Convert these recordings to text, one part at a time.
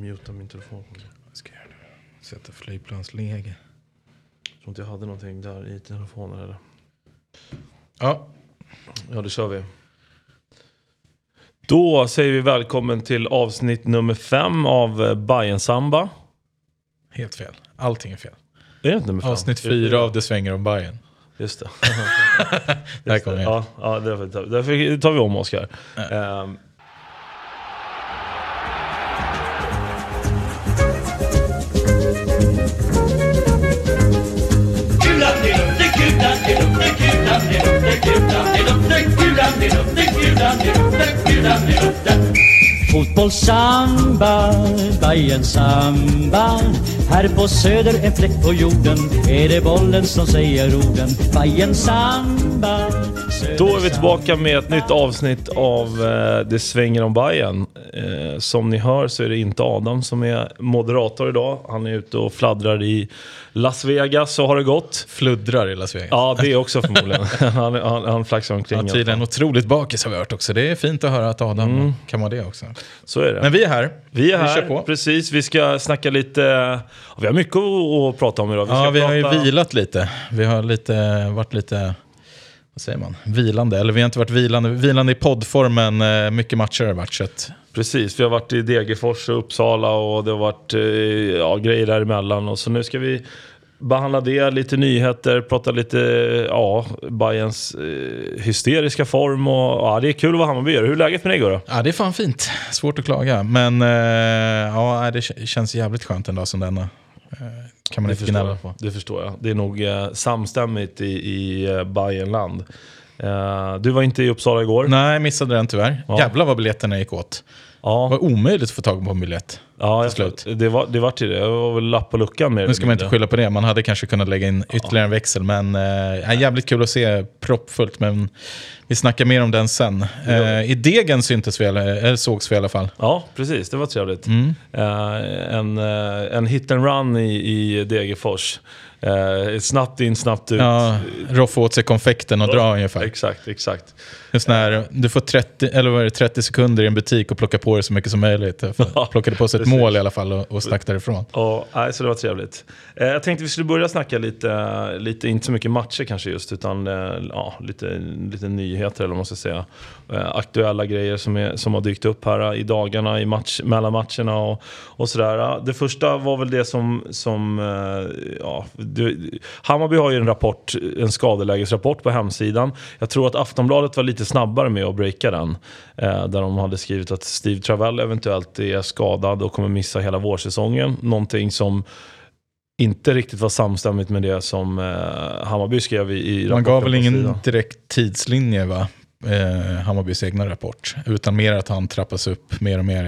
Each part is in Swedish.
muta min telefon. Jag ska göra det. Sätta flygplansläge. Jag tror inte jag hade någonting där i telefonen eller. Ja, det kör vi. Då säger vi välkommen till avsnitt nummer 5 av Bayern Samba. helt fel. Allting är fel. Är det inte nummer 5? Avsnitt 4 av Det svänger om Bayern. Just det. Där kommer jag. Ja, därför tar vi om Oskar. Fotbollssamba, Bayern samba. Här på söder en fläck på jorden. Är det bollen som säger orden? Bayern samba. Då är vi tillbaka med ett nytt avsnitt av Det svänger om Bayern. Som ni hör så är det inte Adam som är moderator idag. Han är ute och fladdrar i Las Vegas, så har det gått. Fluddrar i Las Vegas. Ja, det är också förmodligen. han flaxar omkring. Ja, tydligen otroligt bakis har vi hört också. Det är fint att höra att Adam kan vara det också. Så är det. Men vi är här. Vi kör här, på. precis. Vi ska snacka lite. Vi har mycket att prata om idag. Vi har ju vilat lite. Vi har varit lite, vad säger man, vilande. Eller vi har inte varit vilande i poddformen. Mycket matcher har varit. Så att... Precis, vi har varit i Degerfors och Uppsala och det har varit grejer däremellan. Och så nu ska vi behandla det, lite nyheter, prata lite Bayerns hysteriska form. Och det är kul att vara Hammarby. Hur är läget med dig då? Ja, det är fan fint. Svårt att klaga. Men det känns jävligt skönt en dag som denna. Kan man inte gnälla på. Det förstår jag. Det är nog samstämmigt i Bayernland. Du var inte i Uppsala igår? Nej, missade den tyvärr. Ja. Jävlar vad biljetterna gick åt. Ja. Det var omöjligt att få tag på en biljett. Ja, slut. Det var till det. Det var väl lapp på luckan med. Nu ska man inte skylla på det. Man hade kanske kunnat lägga in ytterligare en växel. Men jävligt kul att se proppfullt. Men vi snackar mer om den sen. I Degen sågs vi i alla fall. Ja, precis. Det var trevligt. En hit and run i Degerfors. Snabbt in, snabbt ut. Ja, roffa åt sig konfekten och dra ungefär. Exakt. Just när du får 30 sekunder i en butik och plocka på dig så mycket som möjligt. Plockade på sig ett mål i alla fall och stack därifrån. Så det var trevligt. Jag tänkte vi skulle börja snacka lite inte så mycket matcher kanske just, utan lite nyheter eller vad man ska säga. Aktuella grejer som har dykt upp här i dagarna mellan matcherna och sådär. Det första var väl det som Hammarby har ju en skadelägesrapport på hemsidan. Jag tror att Aftonbladet var lite snabbare med att breaka den. Där de hade skrivit att Steve Travell eventuellt är skadad och kommer missa hela vårsäsongen. Någonting som inte riktigt var samstämmigt med det som Hammarby skrev i rapporten. Man gav väl ingen direkt tidslinje, va? Hammarbys egna rapport, utan mer att han trappas upp mer och mer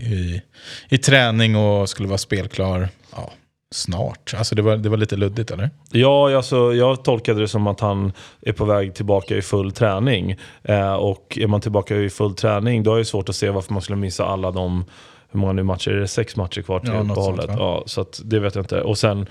i träning och skulle vara spelklar snart. Alltså det var lite luddigt, eller? Ja, alltså jag tolkade det som att han är på väg tillbaka i full träning. Och är man tillbaka i full träning, då är det svårt att se varför man skulle missa alla de, hur många nu matcher? Är det 6 matcher kvar till uppehållet? Ja, så att det vet jag inte. Och sen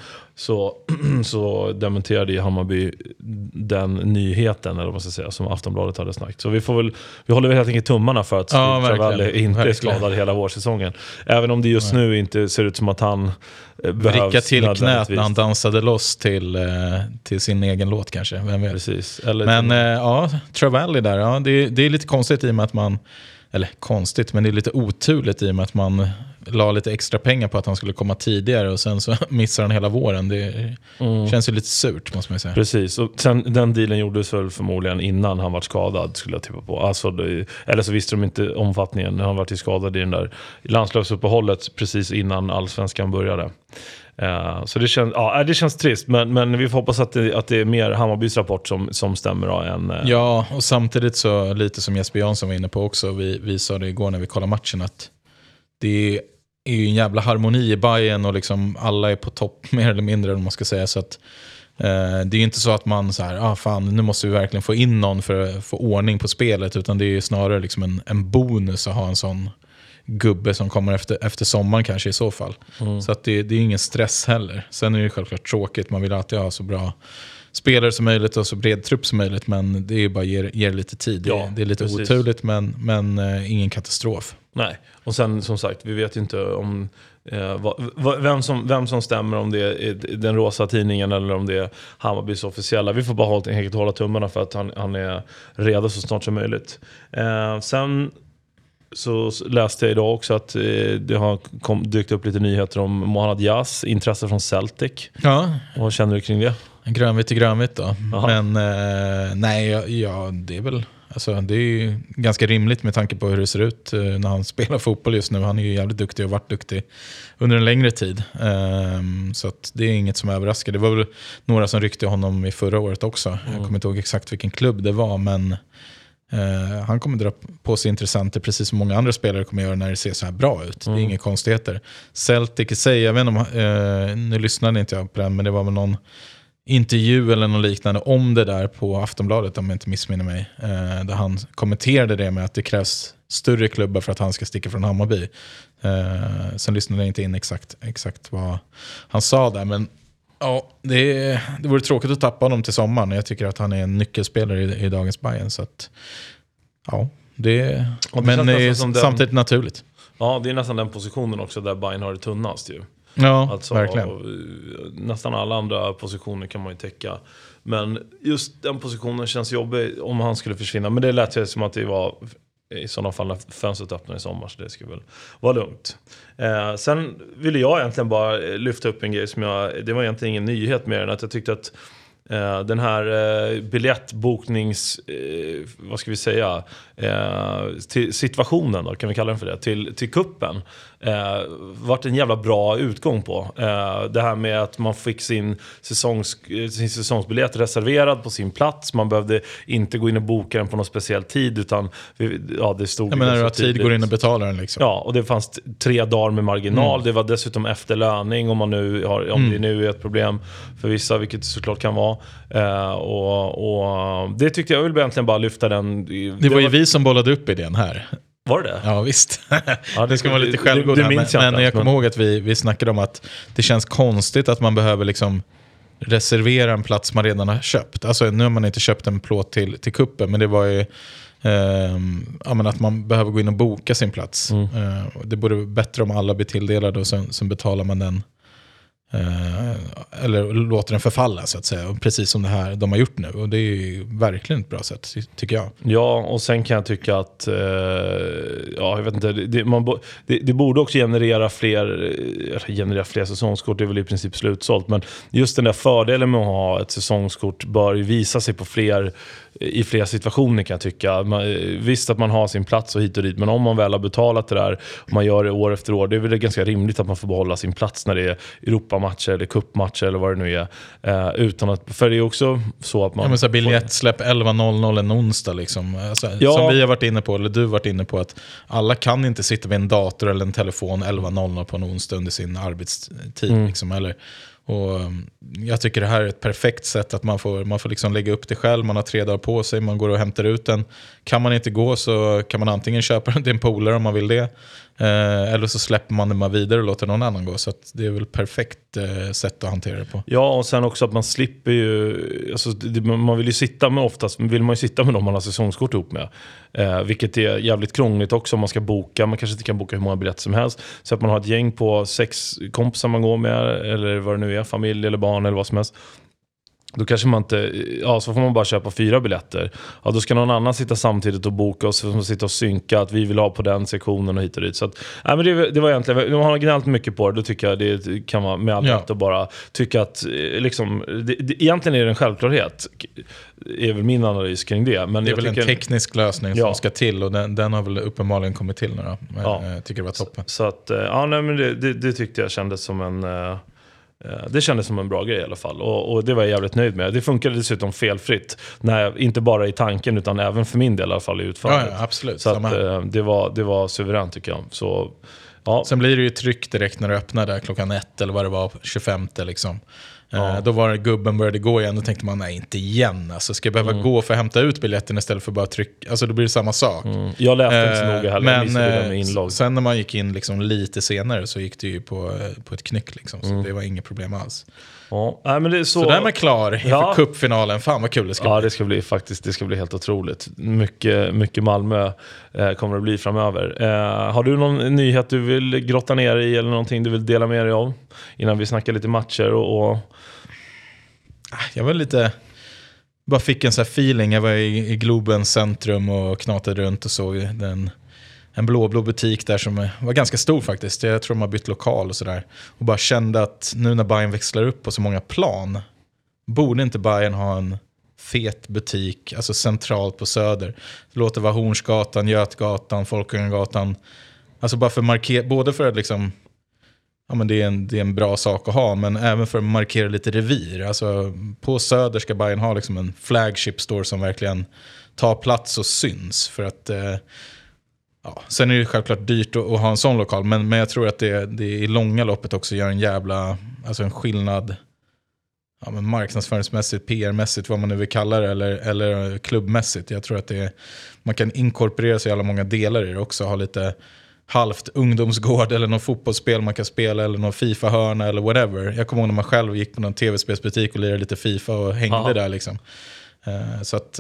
så dementerade Hammarby den nyheten, eller vad man ska säga, som Aftonbladet hade snackat. Så vi håller väl helt enkelt tummarna för att Travell inte är skadad hela vårsäsongen. Även om det just nu inte ser ut som att han behövs. Vricka till knät när han dansade loss till sin egen låt kanske. Vem vet? Precis. Travell är där. Ja, det är lite konstigt i och med att man... Eller konstigt, men det är lite oturligt i och med att man la lite extra pengar på att han skulle komma tidigare och sen så missar han hela våren. Det känns ju lite surt, måste man säga. Precis, och sen, den dealen gjordes väl förmodligen innan han var skadad, skulle jag tippa på. Alltså eller så visste de inte omfattningen när han var skadad i den där landslagsuppehållet precis innan allsvenskan började. Så det känns trist, men vi får hoppas att det är mer Hammarbys rapport som stämmer då, än... Ja, och samtidigt så lite som Jesper Jansson var inne på också, vi sa det igår när vi kollade matchen, att det är ju en jävla harmoni i Bayern och liksom alla är på topp mer eller mindre, om man ska säga, så att det är ju inte så att man så här, fan, nu måste vi verkligen få in någon för att få ordning på spelet, utan det är ju snarare liksom en bonus att ha en sån gubbe som kommer efter sommaren kanske i så fall. Så att det är ingen stress heller. Sen är det självklart tråkigt, man vill alltid ha så bra spelare som möjligt och så bred trupp som möjligt, men det är ju bara ger lite tid. Det är lite oturligt, men ingen katastrof. Nej, och sen som sagt, vi vet ju inte om vem som stämmer, om det är den rosa tidningen eller om det är Hammarbys officiella. Vi får bara helt hålla tummarna för att han är redo så snart som möjligt. Sen så läste jag idag också att det har dykt upp lite nyheter om Mohamed Yas intresse från Celtic. Ja. Vad känner du kring det? Grönvitt då. Aha. Men nej, ja, det är väl... Alltså, det är ju ganska rimligt med tanke på hur det ser ut när han spelar fotboll just nu. Han är ju jävligt duktig och varit duktig under en längre tid. Så att det är inget som överraskar. Det var väl några som ryckte honom i förra året också. Jag kommer inte ihåg exakt vilken klubb det var, men han kommer dra på sig intressenter precis som många andra spelare kommer göra när det ser så här bra ut. Det är inga konstigheter. Celtic i sig, jag vet inte om, nu lyssnade inte jag på den, men det var väl någon intervju eller något liknande om det där på Aftonbladet, om jag inte missminner mig, där han kommenterade det med att det krävs större klubbar för att han ska sticka från Hammarby. Sen lyssnade jag inte in exakt vad han sa där, men ja, det vore tråkigt att tappa honom till sommaren. Jag tycker att han är en nyckelspelare i dagens Bayern, så att ja, det men det är samtidigt naturligt. Ja, det är nästan den positionen också där Bayern har det tunnast ju. Ja, alltså, verkligen. Nästan alla andra positioner kan man ju täcka. Men just den positionen känns jobbig om han skulle försvinna. Men det lät ju som att det var i sådana fall när fönstret öppnar i sommar, så det skulle väl vara lugnt. Sen ville jag egentligen bara lyfta upp en grej som det var egentligen ingen nyhet mer än att jag tyckte att den här biljettboknings vad ska vi säga till situationen då, kan vi kalla den för det, till kuppen vart en jävla bra utgång på det här med att man fick sin säsongsbiljett reserverad på sin plats. Man behövde inte gå in och boka den på någon speciell tid, utan det stod, jag menar du har tid, går in och betalar den liksom. Ja, och det fanns 3 dagar med marginal. Det var dessutom efterlöning om det nu är ett problem för vissa, vilket det såklart kan vara. Och det tyckte jag egentligen bara lyfta den. Det var ju vi som bollade upp idén här. Var det? Ja, visst. Ja, det ska vara lite självgod. Men jag kommer ihåg att vi snackade om att det känns konstigt att man behöver liksom reservera en plats man redan har köpt. Alltså nu har man inte köpt en plåt till kuppen, men det var ju att man behöver gå in och boka sin plats. Det borde bättre om alla blir tilldelade och sen betalar man den eller låter den förfalla så att säga, precis som det här de har gjort nu, och det är ju verkligen ett bra sätt tycker jag. Ja, och sen kan jag tycka att jag vet inte, det borde också generera fler säsongskort. Det är väl i princip slutsålt, men just den där fördelen med att ha ett säsongskort bör visa sig i fler situationer, kan jag tycka. Visst att man har sin plats och hit och dit, men om man väl har betalat det där och man gör det år efter år, det är väl ganska rimligt att man får behålla sin plats när det är Europamatcher eller cupmatcher eller vad det nu är, utan att, för det är också så att man... Ja, men så biljettsläpp 11.00 en onsdag liksom. Alltså, som vi har varit inne på, eller du varit inne på, att alla kan inte sitta vid en dator eller en telefon 11.00 på en onsdag under sin arbetstid liksom, eller... Och jag tycker det här är ett perfekt sätt att man får liksom lägga upp det själv. Man har 3 dagar på sig, man går och hämtar ut den. Kan man inte gå så kan man antingen köpa den till en polare om man vill det, eller så släpper man den vidare och låter någon annan gå. Så att det är väl perfekt sätt att hantera det på. Ja, och sen också att man slipper ju, alltså, man vill ju sitta med, oftast vill man ju sitta med dem man har säsongskort ihop med, vilket är jävligt krångligt också om man ska boka. Man kanske inte kan boka hur många biljetter som helst, så att man har ett gäng på 6 kompisar man går med, eller vad det nu är, familj eller barn eller vad som helst. Då kanske man inte, så får man bara köpa 4 biljetter. Ja, då ska någon annan sitta samtidigt och boka, och så får man sitta och synka att vi vill ha på den sektionen och hit och dit. Så att, men det var egentligen, man har gnällt mycket på det, då tycker jag det kan vara med all rätt att bara tycka att liksom, egentligen är det en självklarhet, är väl min analys kring det. Men det är väl en teknisk lösning som ska till, och den har väl uppenbarligen kommit till nu då. Men jag tycker det var toppen. Så att, men det tyckte jag kändes som en... Det kändes som en bra grej i alla fall, och det var jag jävligt nöjd med. Det funkade dessutom felfritt, inte bara i tanken utan även för min del i alla fall i utfallet. Ja, absolut. Så att, det var suveränt tycker jag. Så, ja. Sen blir det ju tryck direkt när du öppnar där klockan 1 eller vad det var, 25 liksom. Då var det gubben började gå igen. Då tänkte man, nej inte igen. Alltså, ska jag behöva gå för att hämta ut biljetten istället för bara trycka? Alltså då blir det samma sak. Jag läste inte så noga heller. Men sen när man gick in liksom lite senare så gick det ju på ett knyck. Liksom, så det var inget problem alls. Ja, men det är så där med klar inför cupfinalen. Fan vad kul det ska bli. Det ska bli helt otroligt. Mycket Malmö kommer det bli framöver. Har du någon nyhet du vill grotta ner i eller någonting du vill dela med dig av innan vi snackar lite matcher och... Jag var lite... Bara fick en sån här feeling. Jag var i Globens centrum och knatade runt och såg en blå butik där som var ganska stor faktiskt. Jag tror de har bytt lokal och sådär. Och bara kände att nu när Bayern växlar upp på så många plan, borde inte Bayern ha en fet butik, alltså centralt på Söder. Det låter vara Hornsgatan, Götgatan, Folkungagatan. Alltså bara för både för att liksom, ja men det är en bra sak att ha, men även för att markera lite revir. Alltså på Söder ska Bayern ha liksom en flagship store som verkligen tar plats och syns. För att sen är det självklart dyrt att ha en sån lokal, men jag tror att det i långa loppet också gör en skillnad, men marknadsföringsmässigt, PR-mässigt, vad man nu vill kalla det, eller klubbmässigt. Jag tror att man kan inkorporera sig i alla många delar i det också, ha lite halvt ungdomsgård eller någon fotbollsspel man kan spela eller någon FIFA-hörna eller whatever. Jag kommer ihåg när man själv gick på någon tv-spelsbutik och lirade lite FIFA och hängde där liksom. Så att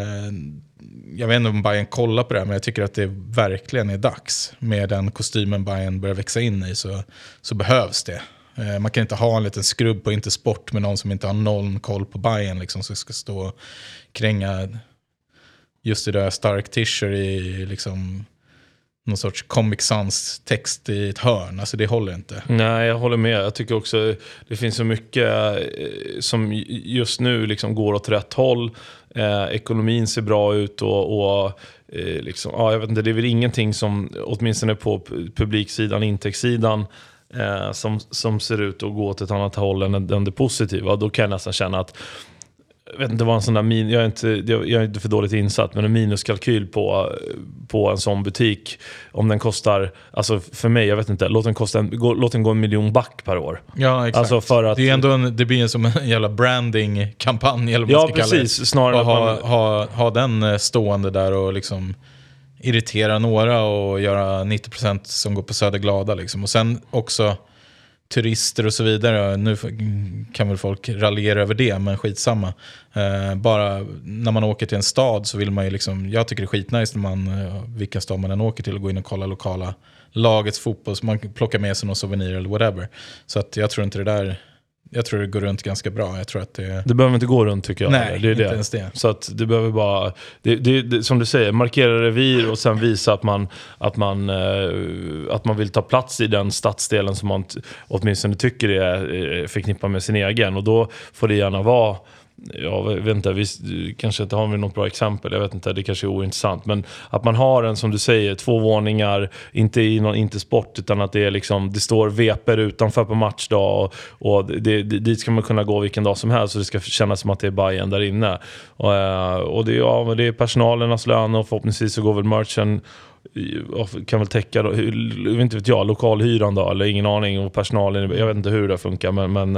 jag vet inte om Bayern kollar på det här, men jag tycker att det verkligen är dags. Med den kostymen Bayern börjar växa in i så behövs det. Man kan inte ha en liten skrubb på inte sport med någon som inte har någon koll på Bayern liksom, som ska stå och kränga just det där stark t-shirt i liksom någon sorts Comic Sans text i ett hörn. Alltså det håller inte. Nej, jag håller med. Jag tycker också det finns så mycket som just nu liksom går åt rätt håll. Ekonomin ser bra ut och liksom, jag vet inte, det är väl ingenting som åtminstone på publiksidan, intäktssidan som ser ut att gå åt ett annat håll än det positiva. Då kan jag nästan känna att jag vet inte vad en sån där jag är inte för dåligt insatt, men en minuskalkyl på en sån butik, om den kostar, alltså för mig, jag vet inte, låt den gå 1 miljon back per år. Ja, exakt. Alltså för att, det är ändå det blir som en jävla branding-kampanj eller vad man ska precis, kalla det. Snarare och ha den stående där och liksom irritera några och göra 90% som går på Söder glada liksom. Och sen också turister och så vidare. Nu kan väl folk raljera över det, men skitsamma. Bara när man åker till en stad så vill man ju liksom, jag tycker det är skitnice när man, vilken stad man än åker till, och gå in och kolla lokala lagets fotboll, så man plockar med sig någon souvenir eller whatever. Så att jag tror inte det där, jag tror det går runt ganska bra. Jag tror att det behöver inte gå runt, tycker jag. Nej, det är inte det. Ens det. Så att det behöver bara, det, som du säger, markera revir och sen visa att man vill ta plats i den stadsdelen som man åtminstone tycker är förknippar med sin egen. Och då får det gärna vara, jag vet inte, vi kanske inte har något bra exempel, jag vet inte, det kanske är ointressant, men att man har en, som du säger, 2 våningar, inte sport, utan att det är liksom, det står veper utanför på matchdag och dit ska man kunna gå vilken dag som helst, så det ska kännas som att det är Bayern där inne, och det är personalernas lön, och förhoppningsvis så går väl merchen, kan väl täcka då, inte vet jag, lokalhyran då, eller ingen aning, och personalen, jag vet inte hur det funkar, men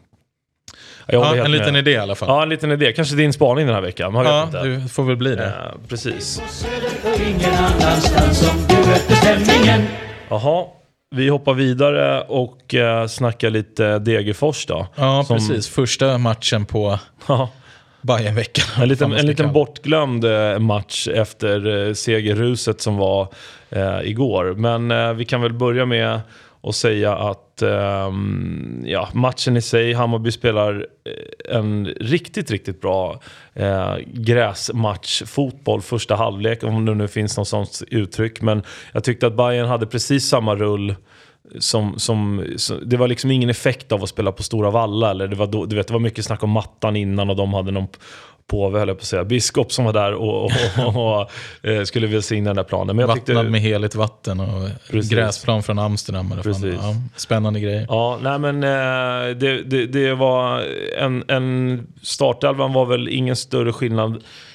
en liten idé i alla fall. Ja, en liten idé. Kanske din spaning den här veckan. Man vet inte. Det får väl bli det. Precis. Ingen annanstans som du öppnar stämningen. Jaha, vi hoppar vidare och snackar lite Degerfors då. Ja, precis. Första matchen på Bayernveckan. En liten bortglömd match efter segerruset som var igår. Men vi kan väl börja med och säga att matchen i sig, Hammarby spelar en riktigt bra gräsmatch fotboll första halvlek, om det nu finns något sånt uttryck, men jag tyckte att Bayern hade precis samma rull som det var liksom ingen effekt av att spela på Stora Valla, eller det var mycket snack om mattan innan, och de hade någon påve, höll jag på att säga, biskop som var där och skulle välsigna den där planen. Men vattnad med heligt vatten och gräsplan från Amsterdam. Spännande grejer. Ja, nej men det var en startelvan var väl ingen större skillnad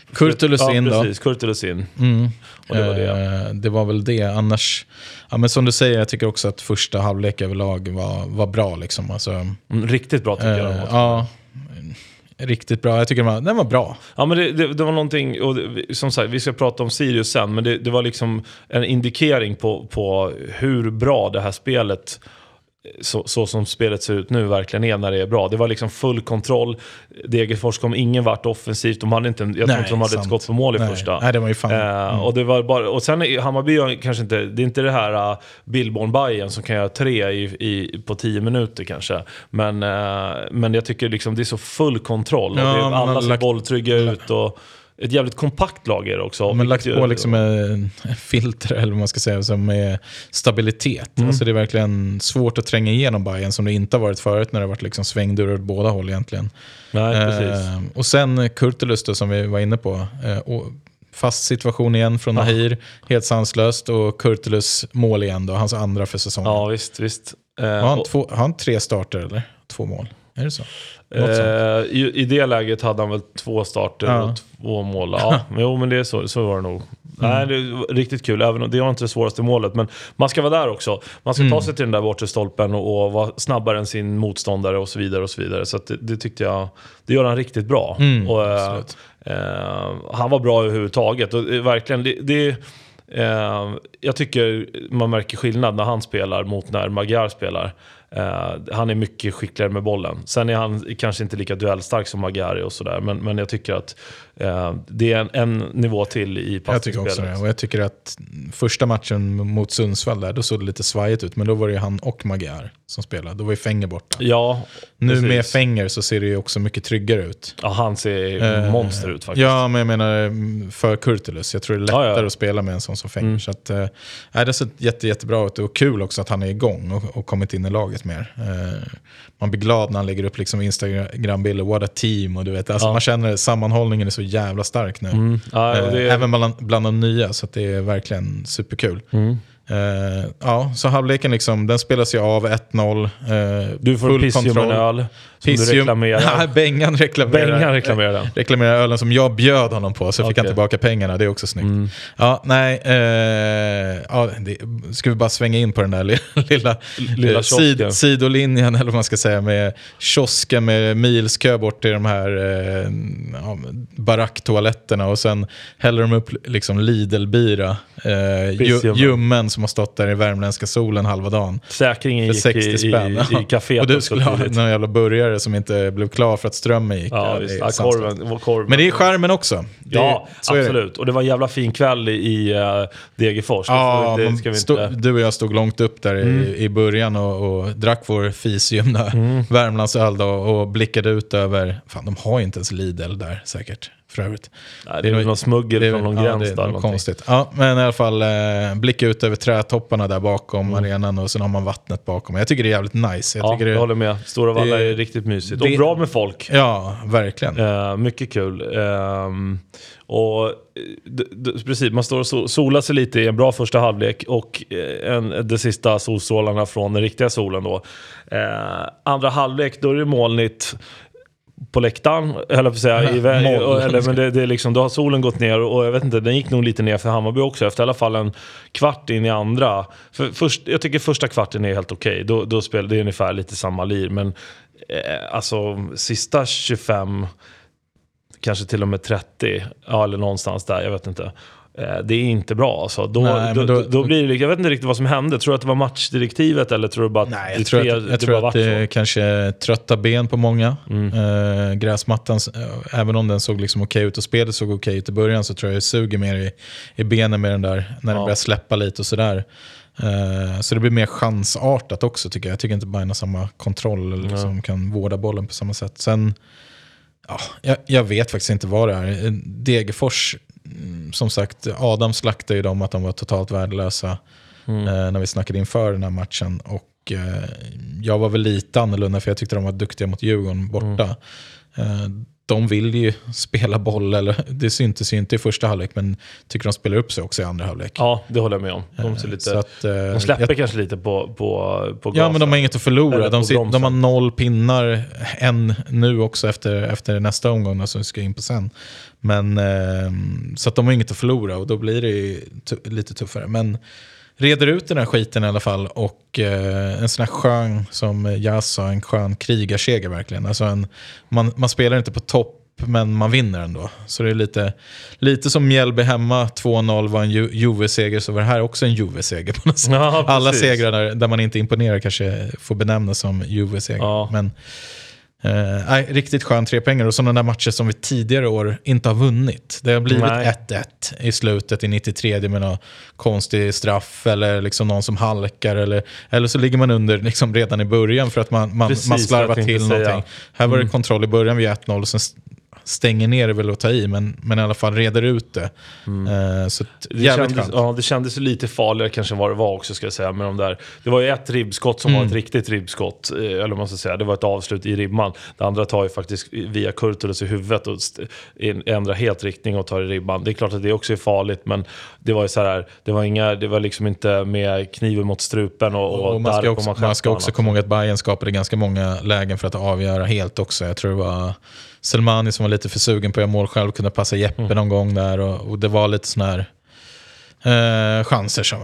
Kurtulus in då. Precis, Kurtulus in. Och det var det. Det var väl det. Annars, men som du säger, jag tycker också att första halvlek överlag var bra liksom. Alltså, riktigt bra tycker jag. Ja, riktigt bra. Jag tycker den var bra. Ja, men det var någonting, och som sagt, vi ska prata om Sirius sen, men det var liksom en indikering på hur bra det här spelet, så som spelet ser ut nu, verkligen är när det är bra. Det var liksom full kontroll. Degerfors kom ingen vart offensivt. Jag tror inte de hade ett skott på mål i första. Nej, det var ju fan. Och det var bara, och sen Hammarby kanske inte, det är inte det här Billborn-Bayern som kan göra 3 på 10 minuter kanske. Men jag tycker liksom det är så full kontroll. Och alla ser bolltrygga ut och ett jävligt kompakt lag är det också. Men lagt på liksom en filter, eller vad man ska säga, som är stabilitet. Alltså det är verkligen svårt att tränga igenom Bayern, som det inte har varit förut när det har varit liksom svängdörrar åt båda håll egentligen. Nej, precis. Och sen Kurtulus då, som vi var inne på. Och fast situation igen från Nahir, helt sanslöst, och Kurtulus mål igen då, hans andra för säsongen. Ja, visst. Har han 3 starter eller 2 mål? Är det så? I det läget hade han väl 2 starter och 2 mål. Ja, men det är så var det nog. Nej, det är riktigt kul. Även om det var inte det svåraste målet, men man ska vara där också. Man ska ta sig till den där bortre stolpen och vara snabbare än sin motståndare och så vidare och så vidare. Så att det tyckte jag, det gör han riktigt bra. Och han var bra överhuvudtaget. Och verkligen jag tycker man märker skillnad när han spelar mot när Magyar spelar. Han är mycket skickligare med bollen. Sen är han kanske inte lika duellstark som Magyar och sådär, men jag tycker att det är en nivå till i passningsspelet. Jag tycker också det, och jag tycker att första matchen mot Sundsvall där, då såg det lite svajigt ut, men då var det ju han och Magyar som spelade. Då var ju Fenger borta. Ja, nu precis. Med Fenger så ser det ju också mycket tryggare ut. Ja, han ser monster ut faktiskt. Ja, men jag menar för Kurtulus. Jag tror det är lättare att spela med en sån som Fenger. Så att, det ser jättebra ut, och kul också att han är igång och kommit in i laget mer. Man blir glad när han lägger upp liksom Instagram-bilder, what a team, och du vet, alltså man känner sammanhållningen är så jävla stark nu. Även bland de nya, så att det är verkligen superkul. Så halvleken liksom, den spelas ju av 1-0. Du får pissium en öl som du reklamerar. Bengan reklamerar den. Reklamerar ölen som jag bjöd honom på, så fick han tillbaka pengarna. Det är också snyggt. Ska vi bara svänga in på den där lilla sidolinjen, eller vad man ska säga, med kiosken med milskö bort till de här baracktoaletterna, och sen häller de upp liksom Lidl-bira, ljummen som har stått där i värmländska solen halva dagen. Säkringen gick 60 spänn. I kaféet. Och du skulle ha någon jävla burgare som inte blev klar för att strömmen gick. Korven. Men det är skärmen också. Absolut. Och det var en jävla fin kväll i Degerfors. Du och jag stod långt upp där i början och drack vår fisljumna Värmlandsöl då, och blickade ut över, fan, de har ju inte ens Lidl där säkert. För övrigt. Nej, det är någon smuggel från någon gräns där. Det är konstigt. Ja, men i alla fall blicka ut över trädtopparna där bakom arenan, och sen har man vattnet bakom. Jag tycker det är jävligt nice. Jag håller med. Stora Valla är riktigt mysigt. Och bra med folk. Ja, verkligen. Mycket kul. Och precis, man står och solar sig lite i en bra första halvlek, och de sista solstrålarna från den riktiga solen då. Andra halvlek, då är det molnigt på läktaren, eller för säga, men det är liksom, då har solen gått ner, och jag vet inte, den gick nog lite ner för Hammarby också, efter i alla fall en kvart in i andra. Jag tycker första kvarten är helt okej. Då spelar det ungefär lite samma lir, men alltså sista 25, kanske till och med 30, eller någonstans där, jag vet inte. Det är inte bra alltså. Då blir det, jag vet inte riktigt vad som hände. Tror du att det var matchdirektivet, eller tror du bara att jag tror att det kanske trötta ben på många. Gräsmattan, även om den såg liksom okej ut och spelet såg okej ut i början, så tror jag det suger mer i benen med den där, när den börjar släppa lite och sådär. Så det blir mer chansartat också, tycker jag. Jag tycker inte bara har samma kontroll eller liksom kan vårda bollen på samma sätt. Sen jag vet faktiskt inte vad det är. Degerfors, som sagt, Adam slaktade ju dem att de var totalt värdelösa när vi snackade inför den här matchen, och jag var väl lite annorlunda, för jag tyckte de var duktiga mot Djurgården borta. de vill ju spela boll, eller det syntes ju inte i första halvlek, men tycker de spelar upp sig också i andra halvlek. Ja, det håller jag med om. De släpper kanske lite på gasen. Ja, men de har inget att förlora. De har 0 pinnar än nu också efter nästa omgång som vi ska in på sen. Men så att de har inget att förlora, och då blir det lite tuffare. Men reder ut den här skiten i alla fall, och en sån här skön, som jag sa, en skön krigarseger verkligen. Alltså man spelar inte på topp, men man vinner ändå. Så det är lite som Mjällby hemma, 2-0 var en Juve-seger, så var det här också en Juve-seger på något sätt. Ja, alla segrar där man inte imponerar kanske får benämnas som Juve-seger. Ja. Men riktigt skön 3 poäng, och sådana där matcher som vi tidigare år inte har vunnit. Det har blivit 1-1 i slutet i 93 med någon konstig straff, eller liksom någon som halkar, eller så ligger man under liksom redan i början för att man slarvar till någonting. Här var det kontroll i början vid 1-0, och sen stänger ner det väl att ta i, men i alla fall reder ut det. Så det kändes lite farligare kanske vad det var också, ska jag säga, med de där. Det var ju ett ribbskott som var ett riktigt ribbskott, eller man ska säga, det var ett avslut i ribban. Det andra tar ju faktiskt via Kurtulus i huvudet och ändrar helt riktning och tar i ribban. Det är klart att det också är farligt, men det var ju så här, det var liksom inte med kniven mot strupen och man ska också komma ihåg att Bayern skapade ganska många lägen för att avgöra helt också. Jag tror det var Selmani som var lite för sugen på att göra mål själv, kunde passa Jeppe någon gång där, och det var lite sån här chanser som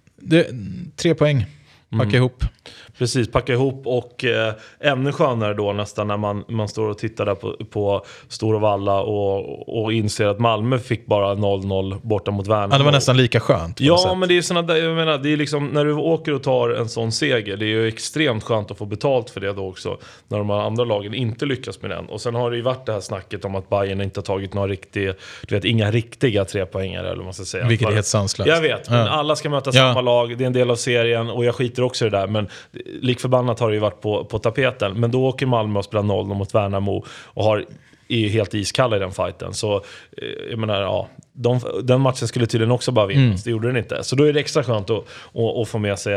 3 poäng, packa ihop. Precis, packa ihop, och ännu skönare då nästan när man står och tittar där på Stora Valla och inser att Malmö fick bara 0-0 borta mot Värnamo. Ja, det var nästan lika skönt. Ja, men det är ju såna där, jag menar, det är liksom när du åker och tar en sån seger, det är ju extremt skönt att få betalt för det då också, när de andra lagen inte lyckas med den. Och sen har det ju varit det här snacket om att Bayern inte har tagit några inga riktiga 3-poängare, eller vad man ska säga. Vilket är helt sanslöst. Jag vet, men alla ska möta samma lag, det är en del av serien, och jag skiter också i det där, men likförbannat har det ju varit på tapeten. Men då åker Malmö och spelar 0 mot Värnamo och är helt iskalla i den fighten. Så jag menar, den matchen skulle tydligen också bara vinnas. Det gjorde den inte. Så då är det extra skönt att få med sig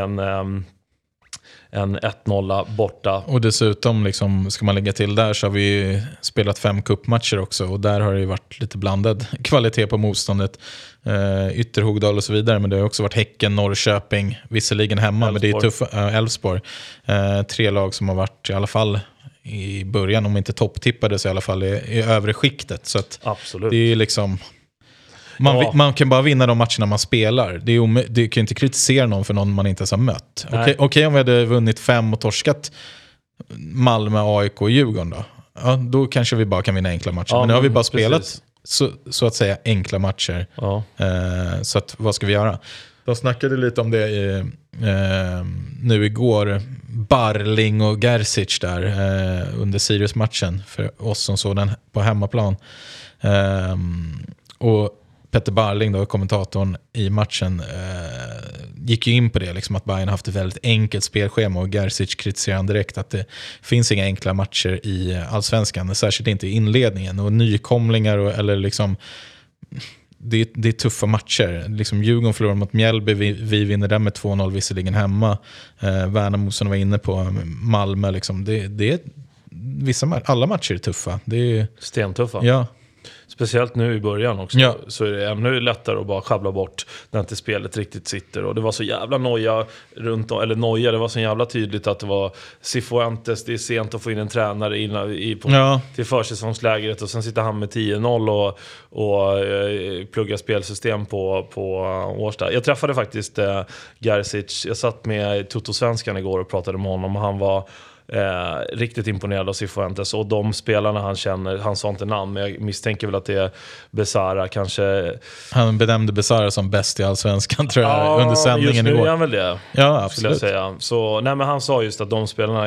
en 1-0 borta. Och dessutom liksom, ska man lägga till där, så har vi spelat 5 cupmatcher också, och där har det ju varit lite blandad kvalitet på motståndet. Ytterhogdal och så vidare, men det har också varit Häcken, Norrköping, visserligen hemma, Älvsborg. Men det är tuffa, Älvsborg. 3 lag som har varit i alla fall i början, om inte topptippade, så i alla fall i övre skiktet. Så att absolut. Det är liksom man kan bara vinna de matcherna man spelar. Det kan inte kritisera någon för någon man inte ens har mött. Okej, om vi hade vunnit 5 och torskat Malmö, AIK och Djurgården då. Ja, då kanske vi bara kan vinna enkla matcher. Men nu har vi bara spelat så att säga enkla matcher. Ja. Så att, vad ska vi göra? De snackade lite om det nu igår. Barling och Gerzic där under Sirius-matchen för oss som såg den på hemmaplan. Och Petter Barling då, kommentatorn i matchen, gick ju in på det liksom, att Bayern har haft ett väldigt enkelt spelschema, och Gerzic kritiserar direkt att det finns inga enkla matcher i Allsvenskan, särskilt inte i inledningen, och nykomlingar eller liksom det är tuffa matcher. Liksom Djurgården förlorar mot Mjällby, vi vinner den med 2-0 visserligen hemma. Värnamo som var inne på, Malmö liksom, det är alla matcher är tuffa. Det är stentuffa. Ja. Speciellt nu i början också, så är det ännu lättare att bara schabbla bort när inte spelet riktigt sitter. Och det var så jävla noja det var så jävla tydligt att det var Cifuentes, det är sent att få in en tränare till försäsongslägret, och sen sitter han med 10-0 och pluggar spelsystem på Årsta. Jag träffade faktiskt Gerzic, jag satt med Toto-svenskan igår och pratade med honom, och han var riktigt imponerad av Cifuentes, och de spelarna han känner, han sa inte namn, men jag misstänker väl att det är Besara kanske. Han benämnde Besara som bäst i Allsvenskan, tror jag, under sändningen igår. Just nu är han väl det. Ja, absolut. Skulle jag säga. Så, nej, men han sa just att de spelarna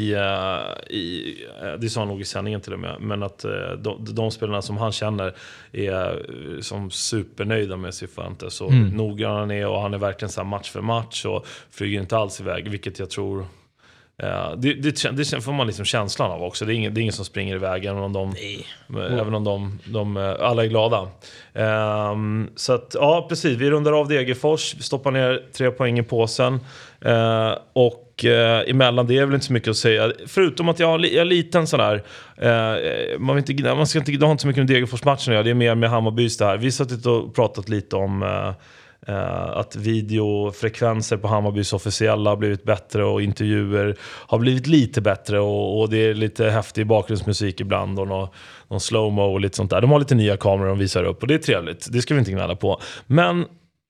det sa han nog i sändningen till och med, men att de spelarna som han känner är som supernöjda med Cifuentes, så noggrann han är, och han är verkligen så här match för match och flyger inte alls iväg, vilket jag tror Det får man liksom känslan av också. Det är ingen som springer iväg även om de alla är glada. Så att, ja, precis. Vi rundar av Degerfors, stoppar ner 3 poäng i påsen. Och emellan det är väl inte så mycket att säga. Förutom att jag är liten sådär. Man har inte så mycket med Degerfors-matchen. Det är mer med Hammarbys det här. Vi har suttit och pratat lite om att videofrekvenser på Hammarbys officiella har blivit bättre och intervjuer har blivit lite bättre och det är lite häftig bakgrundsmusik ibland och någon slow-mo och lite sånt där. De har lite nya kameror de visar upp och det är trevligt. Det ska vi inte gnälla på. Men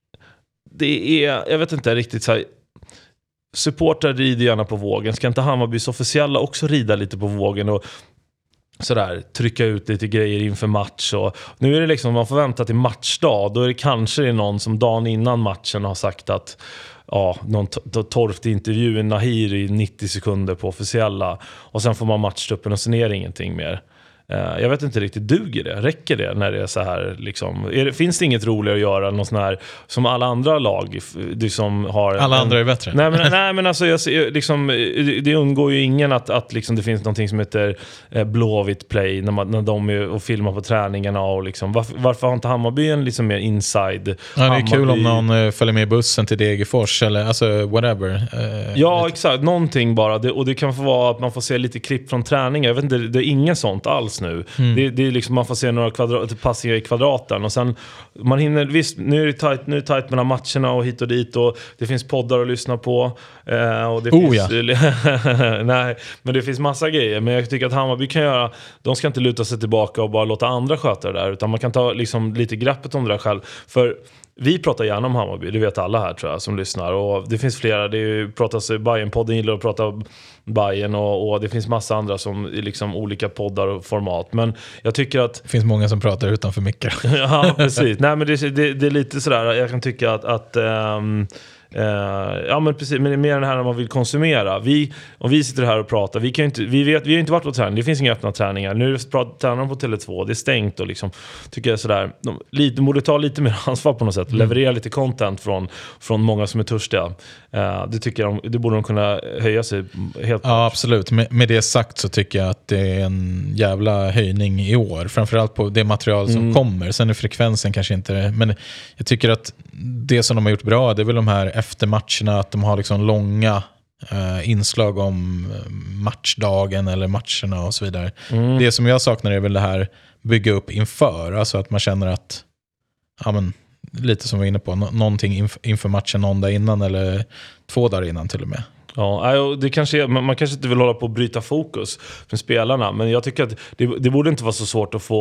det är, jag vet inte riktigt så här, supportrar rider gärna på vågen. Ska inte Hammarbys officiella också rida lite på vågen och sådär, trycka ut lite grejer inför match och nu är det liksom, man får vänta till matchdag, då är det kanske någon som dagen innan matchen har sagt att någon torftig intervju i Nahir i 90 sekunder på officiella och sen får man matchtuppen och sen är det ingenting mer. Jag vet inte riktigt, duger det? Räcker det när det är så här liksom, finns det inget roligare att göra någon sån här som alla andra lag liksom har andra är bättre. Nej men alltså liksom, det undgår ju ingen att liksom det finns någonting som heter Blåvitt Play när de är och filmar på träningarna och liksom, varför har inte Hammarby en liksom mer inside? Ja, det är kul om någon följer med bussen till Degerfors eller alltså whatever. Ja, exakt, någonting bara och det kan få vara att man får se lite klipp från träningar. Jag vet inte, det är inget sånt alls nu. Det är liksom, man får se några passningar i kvadraten och sen man hinner, visst, nu är det tajt mellan matcherna och hit och dit och det finns poddar att lyssna på och det finns nej, men det finns massa grejer, men jag tycker att Hammarby kan göra, de ska inte luta sig tillbaka och bara låta andra sköta det där, utan man kan ta liksom lite greppet om det där själv, för vi pratar gärna om Hammarby, det vet alla här tror jag som lyssnar, och det finns flera, det pratas Bayern-podden gillar att prata Bayern och det finns massa andra som liksom olika poddar och format, men jag tycker att det finns många som pratar utanför mickar. Ja, precis. Nej, men det är lite sådär, jag kan tycka att ja men precis, men det är mer den här när man vill konsumera. Om vi sitter här och pratar, vi har inte varit på träning, det finns inga öppna träningar. Nu tränar de på Tele2, det är stängt och liksom tycker jag sådär, de borde ta lite mer ansvar på något sätt, leverera lite content från många som är törstiga. Det tycker jag det borde de kunna höja sig helt. Ja, absolut. Med det sagt så tycker jag att det är en jävla höjning i år, framförallt på det material som kommer. Sen är frekvensen kanske inte, men jag tycker att det som de har gjort bra, det är väl de här efter matcherna, att de har liksom långa inslag om matchdagen eller matcherna och så vidare. Det som jag saknar är väl det här bygga upp inför, alltså att man känner att ja, men, lite som vi var inne på, någonting inför matchen någon dag innan eller 2 dagar innan till och med. Ja, det kanske man kanske inte vill hålla på att bryta fokus för spelarna, men jag tycker att det borde inte vara så svårt att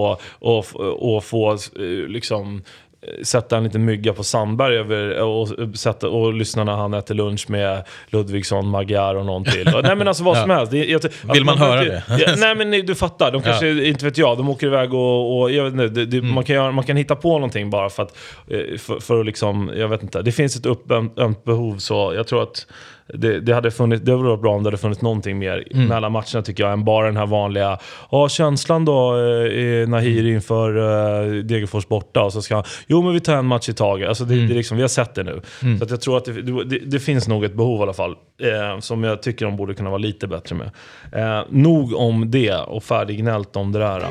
få liksom sätta en liten mygga på Sandberg över och lyssna när han äter lunch med Ludvigsson, Magyar och någon till. Nej men alltså vad som helst. Vill man höra det? Nej men du fattar. De kanske, inte vet jag, de åker iväg och jag vet inte, man kan hitta på någonting bara för att liksom, jag vet inte. Det finns ett uppömt behov, så jag tror att det hade varit bra om det hade funnits någonting mer mellan matcherna tycker jag, än bara den här vanliga känslan då Nahir inför Degerfors borta och så ska men vi tar en match i taget. Alltså det liksom, vi har sett det nu. Så att jag tror att det finns nog ett behov i alla fall som jag tycker de borde kunna vara lite bättre med. Nog om det och färdiggnällt om det där.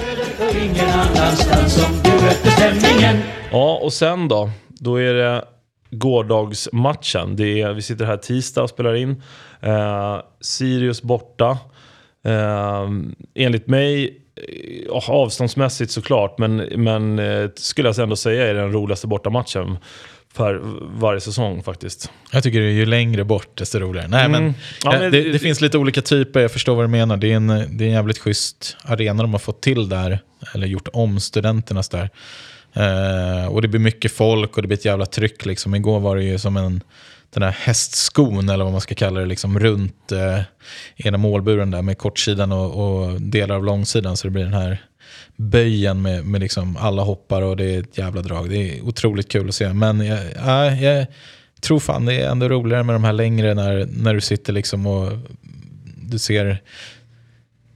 Ja, och sen då är det gårdagsmatchen. Vi sitter här tisdag och spelar in. Sirius borta. Enligt mig avståndsmässigt såklart, men skulle jag ändå säga är den roligaste bortamatchen för varje säsong faktiskt. Jag tycker det är ju längre bort desto roligare. Nej, men det finns lite olika typer, jag förstår vad du menar. Det är en jävligt schysst arena de har fått till där, eller gjort om studenternas där. Och det blir mycket folk och det blir ett jävla tryck liksom. Igår var det ju som den här hästskon eller vad man ska kalla det liksom, runt ena målburen där med kortsidan och delar av långsidan, så det blir den här böjen med liksom alla hoppar och det är ett jävla drag. Det är otroligt kul att se, men jag tror fan det är ändå roligare med de här längre när du sitter liksom och du ser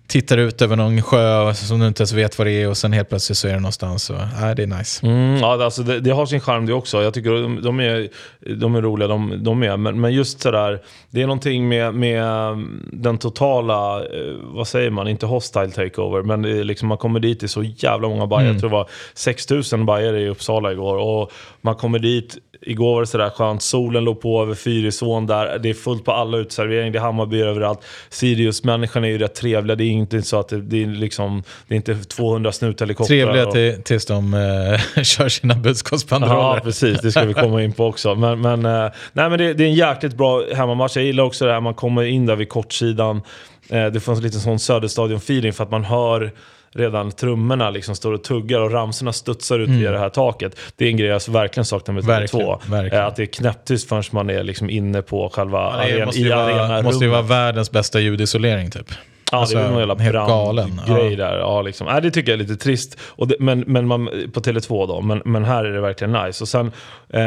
tittar ut över någon sjö som du inte ens vet vad det är och sen helt plötsligt så är det någonstans. Så, det är nice. Ja, alltså det har sin charm det också. Jag tycker de är roliga, de är. Men just sådär, det är någonting med den totala, vad säger man, inte hostile takeover, men det är liksom, man kommer dit i så jävla många bajer. Jag tror det var 6000 bajer i Uppsala igår, och man kommer dit. Igår var det sådär skönt, solen låg på över Fyrisån där, det är fullt på alla utservering, det är Hammarby överallt. Sirius-människan är ju rätt trevliga, det är inte så att det är liksom, det är inte 200 snuthelikoptrar. Trevliga tills de kör sina budskapsbanderoller. Ja, precis, det ska vi komma in på också. Men det är en jäkligt bra hemmamatch. Jag gillar också det här, man kommer in där vid kortsidan. Det får en liten sån Söderstadion-feeling för att man hör redan trummorna liksom står och tuggar och ramsorna studsar ut via det här taket. Det är en grej jag verkligen saknar med Tele2. Att det är knäpptyst förrän man är liksom inne på själva arenan. Måste ju vara världens bästa ljudisolering typ. Ja, alltså, det är en jävla brandgrej där. Ja, liksom. Det tycker jag är lite trist. Men man, på Tele2 då. Men här är det verkligen nice. Och sen, det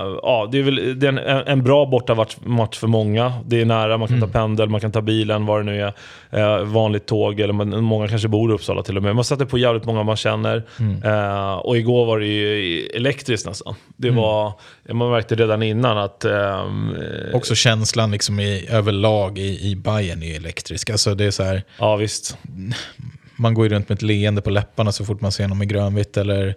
är en bra bortamatch för många. Det är nära, man kan ta pendel, man kan ta bilen, vad det nu är. Vanligt tåg, eller många kanske bor i Uppsala till och med. Man sätter på jävligt många man känner. Och igår var det ju elektriskt nästan. Det var, man märkte redan innan att... också känslan liksom överlag i Bayern är elektrisk. Alltså det är så här. Ja, visst. Man går ju runt med ett leende på läpparna så fort man ser någon i grönvitt, eller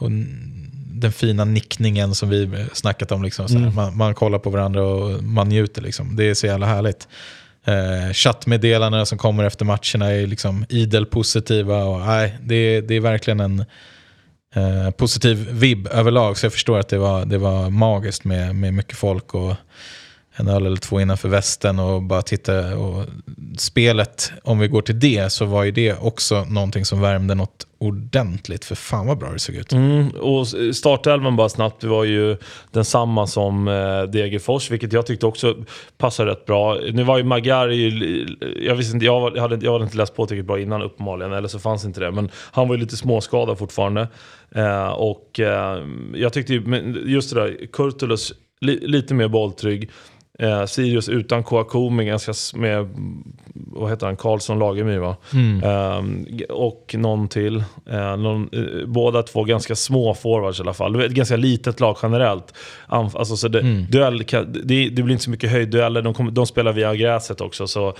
den fina nickningen som vi snackat om liksom, så här. Man kollar på varandra och man njuter liksom. Det är så jävla härligt. Chattmeddelandena som kommer efter matcherna är liksom idel positiva, och det är verkligen en positiv vibb överlag, så jag förstår att det var magiskt med mycket folk och en öl eller två innanför västen och bara titta. Och spelet, om vi går till det, så var ju det också någonting som värmde något ordentligt, för fan vad bra det såg ut. Och startelvan bara snabbt, det var ju densamma som Degerfors, vilket jag tyckte också passade rätt bra. Nu var ju Magyar, jag visste inte, jag hade inte läst på tillräckligt bra innan uppenbarligen, eller så fanns inte det, men han var ju lite småskadad fortfarande. Och jag tyckte just det där, Kurtulus lite mer bolltrygg. Sirius utan Kouakou med vad heter han, Karlsson Lagemyr va? Och någon till båda två ganska små forwards i alla fall. Det är ett ganska litet lag generellt. Alltså, så det blir inte så mycket höjddueller. De spelar via gräset också, så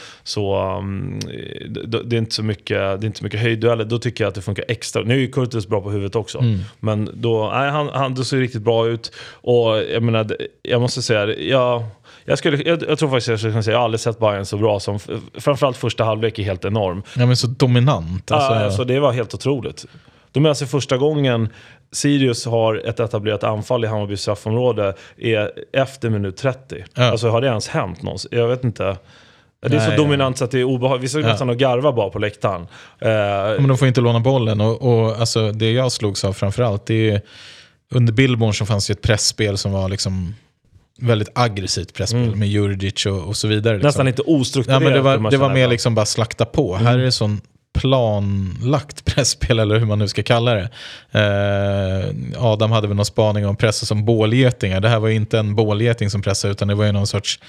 det är inte så mycket höjddueller. Då tycker jag att det funkar extra. Nu är ju Kurtus bra på huvudet också, men då han ser riktigt bra ut. Och jag menar, jag måste säga, jag tror faktiskt jag skulle säga jag har aldrig sett Bayern så bra som, framförallt första halvlek är helt enorm. Ja, men så dominant. Alltså det var helt otroligt. De är alltså första gången Sirius har ett etablerat anfall i Hammarby straffområde är efter minut 30. Alltså har det ens hänt någonsin? Jag vet inte. Det är så dominant så att det är obehagligt. Vi såg nästan att garva bara på läktaren. Men de får inte låna bollen. Och alltså, det jag slogs av framförallt, det är under Billborn så fanns det ett pressspel som var liksom väldigt aggressivt pressspel med Jurdic och så vidare. Liksom. Nästan inte ostrukturerat. Ja, men det var mer liksom bara slakta på. Här är det sån planlagt pressspel, eller hur man nu ska kalla det. Adam hade väl någon spaning om pressa som bålgetingar. Det här var ju inte en bålgeting som pressade, utan det var ju någon sorts,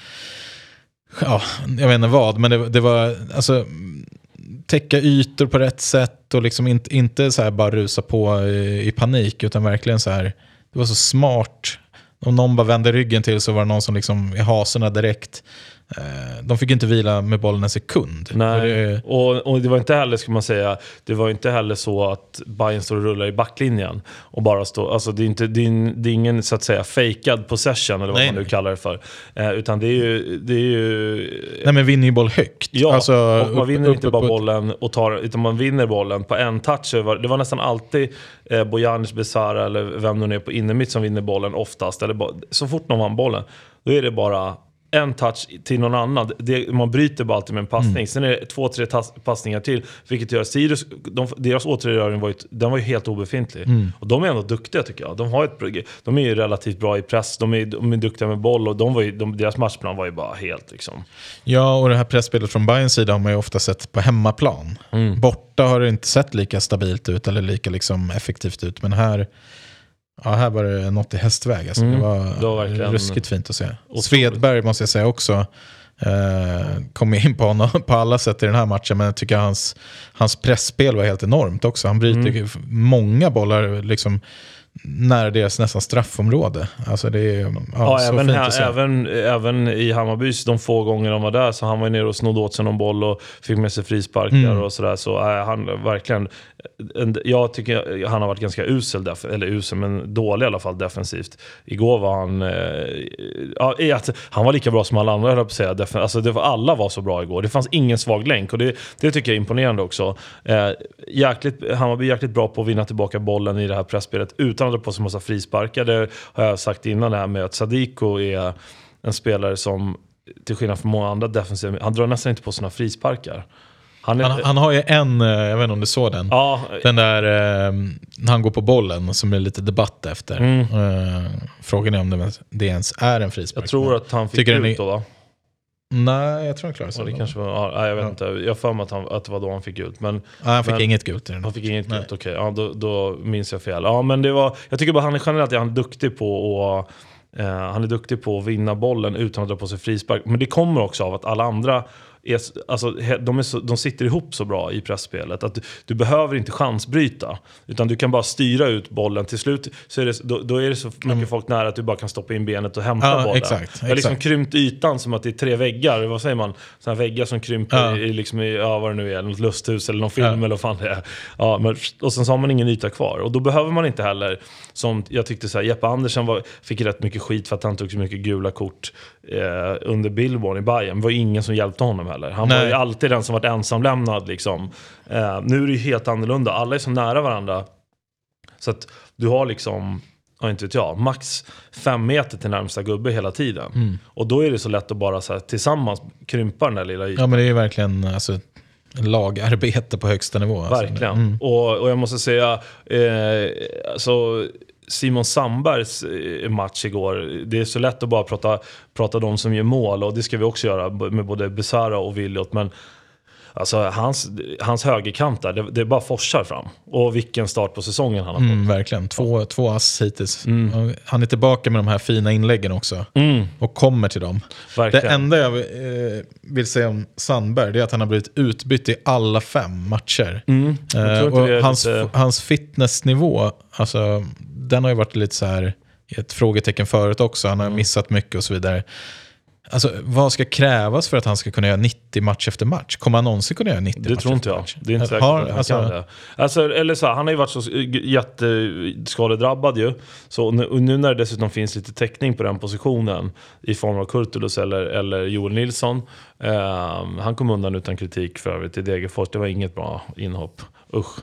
jag vet inte vad, men det var alltså täcka ytor på rätt sätt och liksom inte så här bara rusa på i panik, utan verkligen så här, det var så smart. Om någon bara vände ryggen till så var det någon som liksom i haserna direkt. De fick inte vila med bollen en sekund. Nej. Och det var inte heller, ska man säga, det var inte heller så att Bayern står och rullar i backlinjen och bara står, alltså det är ingen så att säga fejkad possession eller vad man nu kallar det för, utan det är ju nej, men vinner ju boll högt. Ja, alltså, och man vinner inte bara bollen och utan man vinner bollen på en touch. Det var nästan alltid Bojanic, Besara eller vem nu är på innermitt som vinner bollen oftast, eller så fort någon vann bollen, då är det bara en touch till någon annan. Man bryter bara alltid med en passning. Sen är det 2-3 passningar till, vilket gör Sirius, deras återgörning var ju helt obefintlig. Och de är ändå duktiga tycker jag. De är ju relativt bra i press. De är duktiga med boll, och deras matchplan var ju bara helt liksom. Ja, och det här pressspelet från Bayerns sida har man ju ofta sett på hemmaplan. Borta har det inte sett lika stabilt ut eller lika liksom effektivt ut, men här var det något i hästväg. Alltså, det var verkligen ruskigt fint att se. Och Svedberg måste jag säga också. kom in på honom på alla sätt i den här matchen, men jag tycker hans pressspel var helt enormt också. Han bryter många bollar liksom när deras nästan straffområde. Alltså det är även i Hammarbys de få gånger de var där, så han var nere och snodde åt sig någon boll och fick med sig frisparkar och sådär, så han verkligen, jag tycker han har varit ganska usel men dålig i alla fall defensivt. Igår var han han var lika bra som alla andra, höll jag på att säga. Alltså alla var så bra igår. Det fanns ingen svag länk, och det tycker jag är imponerande också. Hammarby är jäkligt bra på att vinna tillbaka bollen i det här pressspelet utan att dra på sig en massa frisparkar. Det har jag sagt innan, det här med att Sadiko är en spelare som, till skillnad från många andra defensiva, han drar nästan inte på sina frisparkar. Han har ju jag vet inte om du såg den. Ja. Den där han går på bollen som är lite debatt efter. Frågan är om det ens är en frispark. Jag tror att han fick ut då, va? Nej, jag tror han klarade sig. Det kanske var, jag vet inte. Jag får mig att det var då han fick ut. Men han fick inget gult i den. Han fick inget gult, okej. Ja, då minns jag fel. Ja, men det var, jag tycker bara han är generellt duktig på han är duktig på att vinna bollen utan att dra på sig frispark. Men det kommer också av att alla andra de sitter ihop så bra i pressspelet att du behöver inte chansbryta, utan du kan bara styra ut bollen. Till slut så är det, då är det så mycket folk nära att du bara kan stoppa in benet och hämta bollen. Exakt. Jag har liksom krympt ytan som att det är 3 väggar, vad säger man? Såna väggar som krymper i vad det nu är, något lusthus eller någon film eller vad fan det är. Ja, men, och sen så har man ingen yta kvar, och då behöver man inte heller, som jag tyckte så här, Jeppe Andersen fick rätt mycket skit för att han tog så mycket gula kort under Billborn i Bayern. Det var ingen som hjälpte honom heller. Han var ju alltid den som varit ensamlämnad liksom. Nu är det ju helt annorlunda. Alla är så nära varandra. Så att du har liksom, inte vet jag, max 5 meter till närmsta gubbe hela tiden. Och då är det så lätt att bara så här, tillsammans krympa den där lilla ytan. Ja, men det är ju verkligen lagarbete på högsta nivå. Verkligen. Och jag måste säga alltså Simon Sandbergs match igår, det är så lätt att bara prata de som gör mål, och det ska vi också göra med både Besara och Williot, men alltså hans högerkant där, det bara forsar fram. Och vilken start på säsongen han har fått. Verkligen, två ass hittills. Han är tillbaka med de här fina inläggen också. Och kommer till dem. Verkligen. Det enda jag vill säga om Sandberg, det är att han har blivit utbytt i alla 5 matcher. Och hans fitnessnivå, alltså, den har ju varit lite så här ett frågetecken förut också. Han har missat mycket och så vidare. Alltså, vad ska krävas för att han ska kunna göra 90 match efter match? Kommer han någonsin kunna göra 90 match? Det tror inte jag. Det är inte säkert att han kan det. Alltså, eller så, han har ju varit så jätteskadedrabbad ju. Så nu när det dessutom finns lite täckning på den positionen i form av Kurtulus eller Joel Nilsson. Han kom undan utan kritik för övrigt i Degerfors. Det var inget bra inhopp. Usch.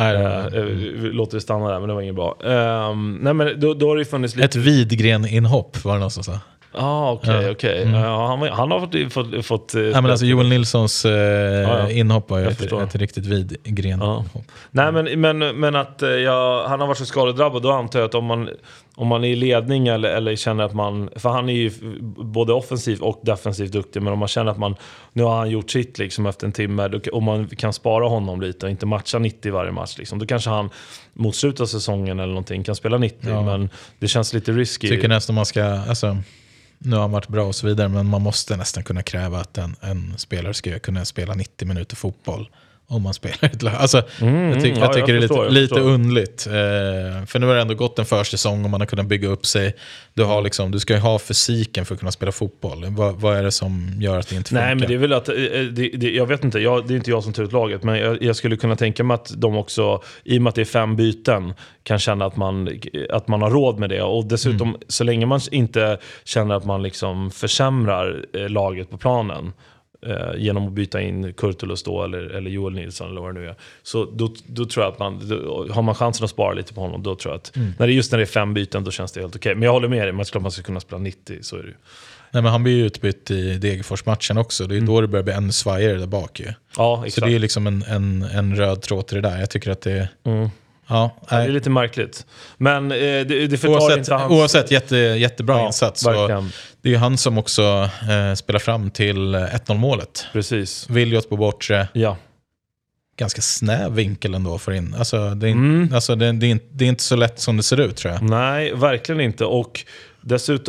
Låter det stanna där, men det var inget bra. Nej, men då har det funnits lite... Ett Widgren-inhopp var det någon som sa. Okej. Han har fått men alltså Joel Nilssons inhopp var ju ett riktigt Widgren. Nej, men att han har varit så skadedrabbad, då antar jag att om man är i ledning eller känner att man, för han är ju både offensiv och defensivt duktig, men om man känner att nu har han gjort sitt liksom efter en timme, och man kan spara honom lite och inte matcha 90 varje match liksom, då kanske han mot slutet av säsongen eller någonting kan spela 90, men det känns lite risky. Tycker nästan man ska, alltså, nu har han varit bra och så vidare, men man måste nästan kunna kräva att en spelare ska kunna spela 90 minuter fotboll om man spelar ett lag. Alltså, jag tycker det är lite underligt. För nu har det ändå gått en försäsong och man har kunnat bygga upp sig. Du ska ju ha fysiken för att kunna spela fotboll. Vad är det som gör att det inte funkar? Nej, men det är väl att jag vet inte, det är inte jag som tar ut laget, men jag skulle kunna tänka mig att de också, i och med att det är 5 byten, kan känna att man har råd med det. Och dessutom, så länge man inte känner att man liksom försämrar laget på planen genom att byta in Kurtulus då, eller Joel Nilsson eller vad det nu är, så då tror jag att har man chansen att spara lite på honom, då tror jag att när det är 5 byten, då känns det helt okej. Men jag håller med dig, man ska kunna spela 90, så är det ju. Nej, men han blir ju utbytt i Degerfors-matchen också. Det är då det börjar bli ännu svajigare där bak ju. Ja, exakt. Så det är liksom en röd tråd till det där. Jag tycker att det det är lite märkligt. Men det förtar inte hans... Oavsett jättebra insats. Så det är ju han som också spelar fram till 1-0 målet. Precis. Williot på bortre. Ja. Ganska snäv vinkel ändå för in. Alltså, det är inte så lätt som det ser ut, tror jag. Nej, verkligen inte. Och dessutom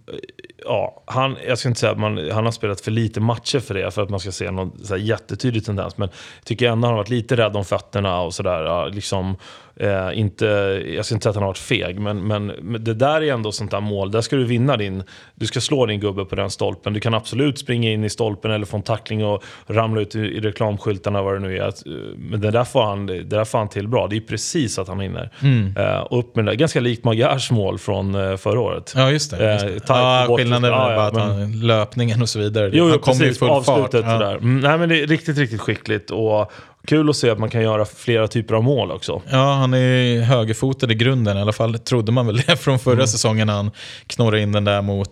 ja, jag ska inte säga att han har spelat för lite matcher för det, för att man ska se någon så här jättetydlig tendens, men jag tycker ändå han har varit lite rädd om fötterna och sådär, liksom inte, jag ska inte säga att han har varit feg, men det där är ändå sånt där mål, där ska du vinna du ska slå din gubbe på den stolpen, du kan absolut springa in i stolpen eller få en tackling och ramla ut i reklamskyltarna, vad det nu är, men det där får han till bra, det är precis att han hinner upp med det där, ganska likt Magyars mål från förra året. Ja, just det. Skillnaden är bara att löpningen och så vidare, han kommer i full fart. Nej, men det är riktigt, riktigt skickligt och kul att se att man kan göra flera typer av mål också. Ja, han är högerfotad i grunden. I alla fall trodde man väl det från förra säsongen när han knorrade in den där mot...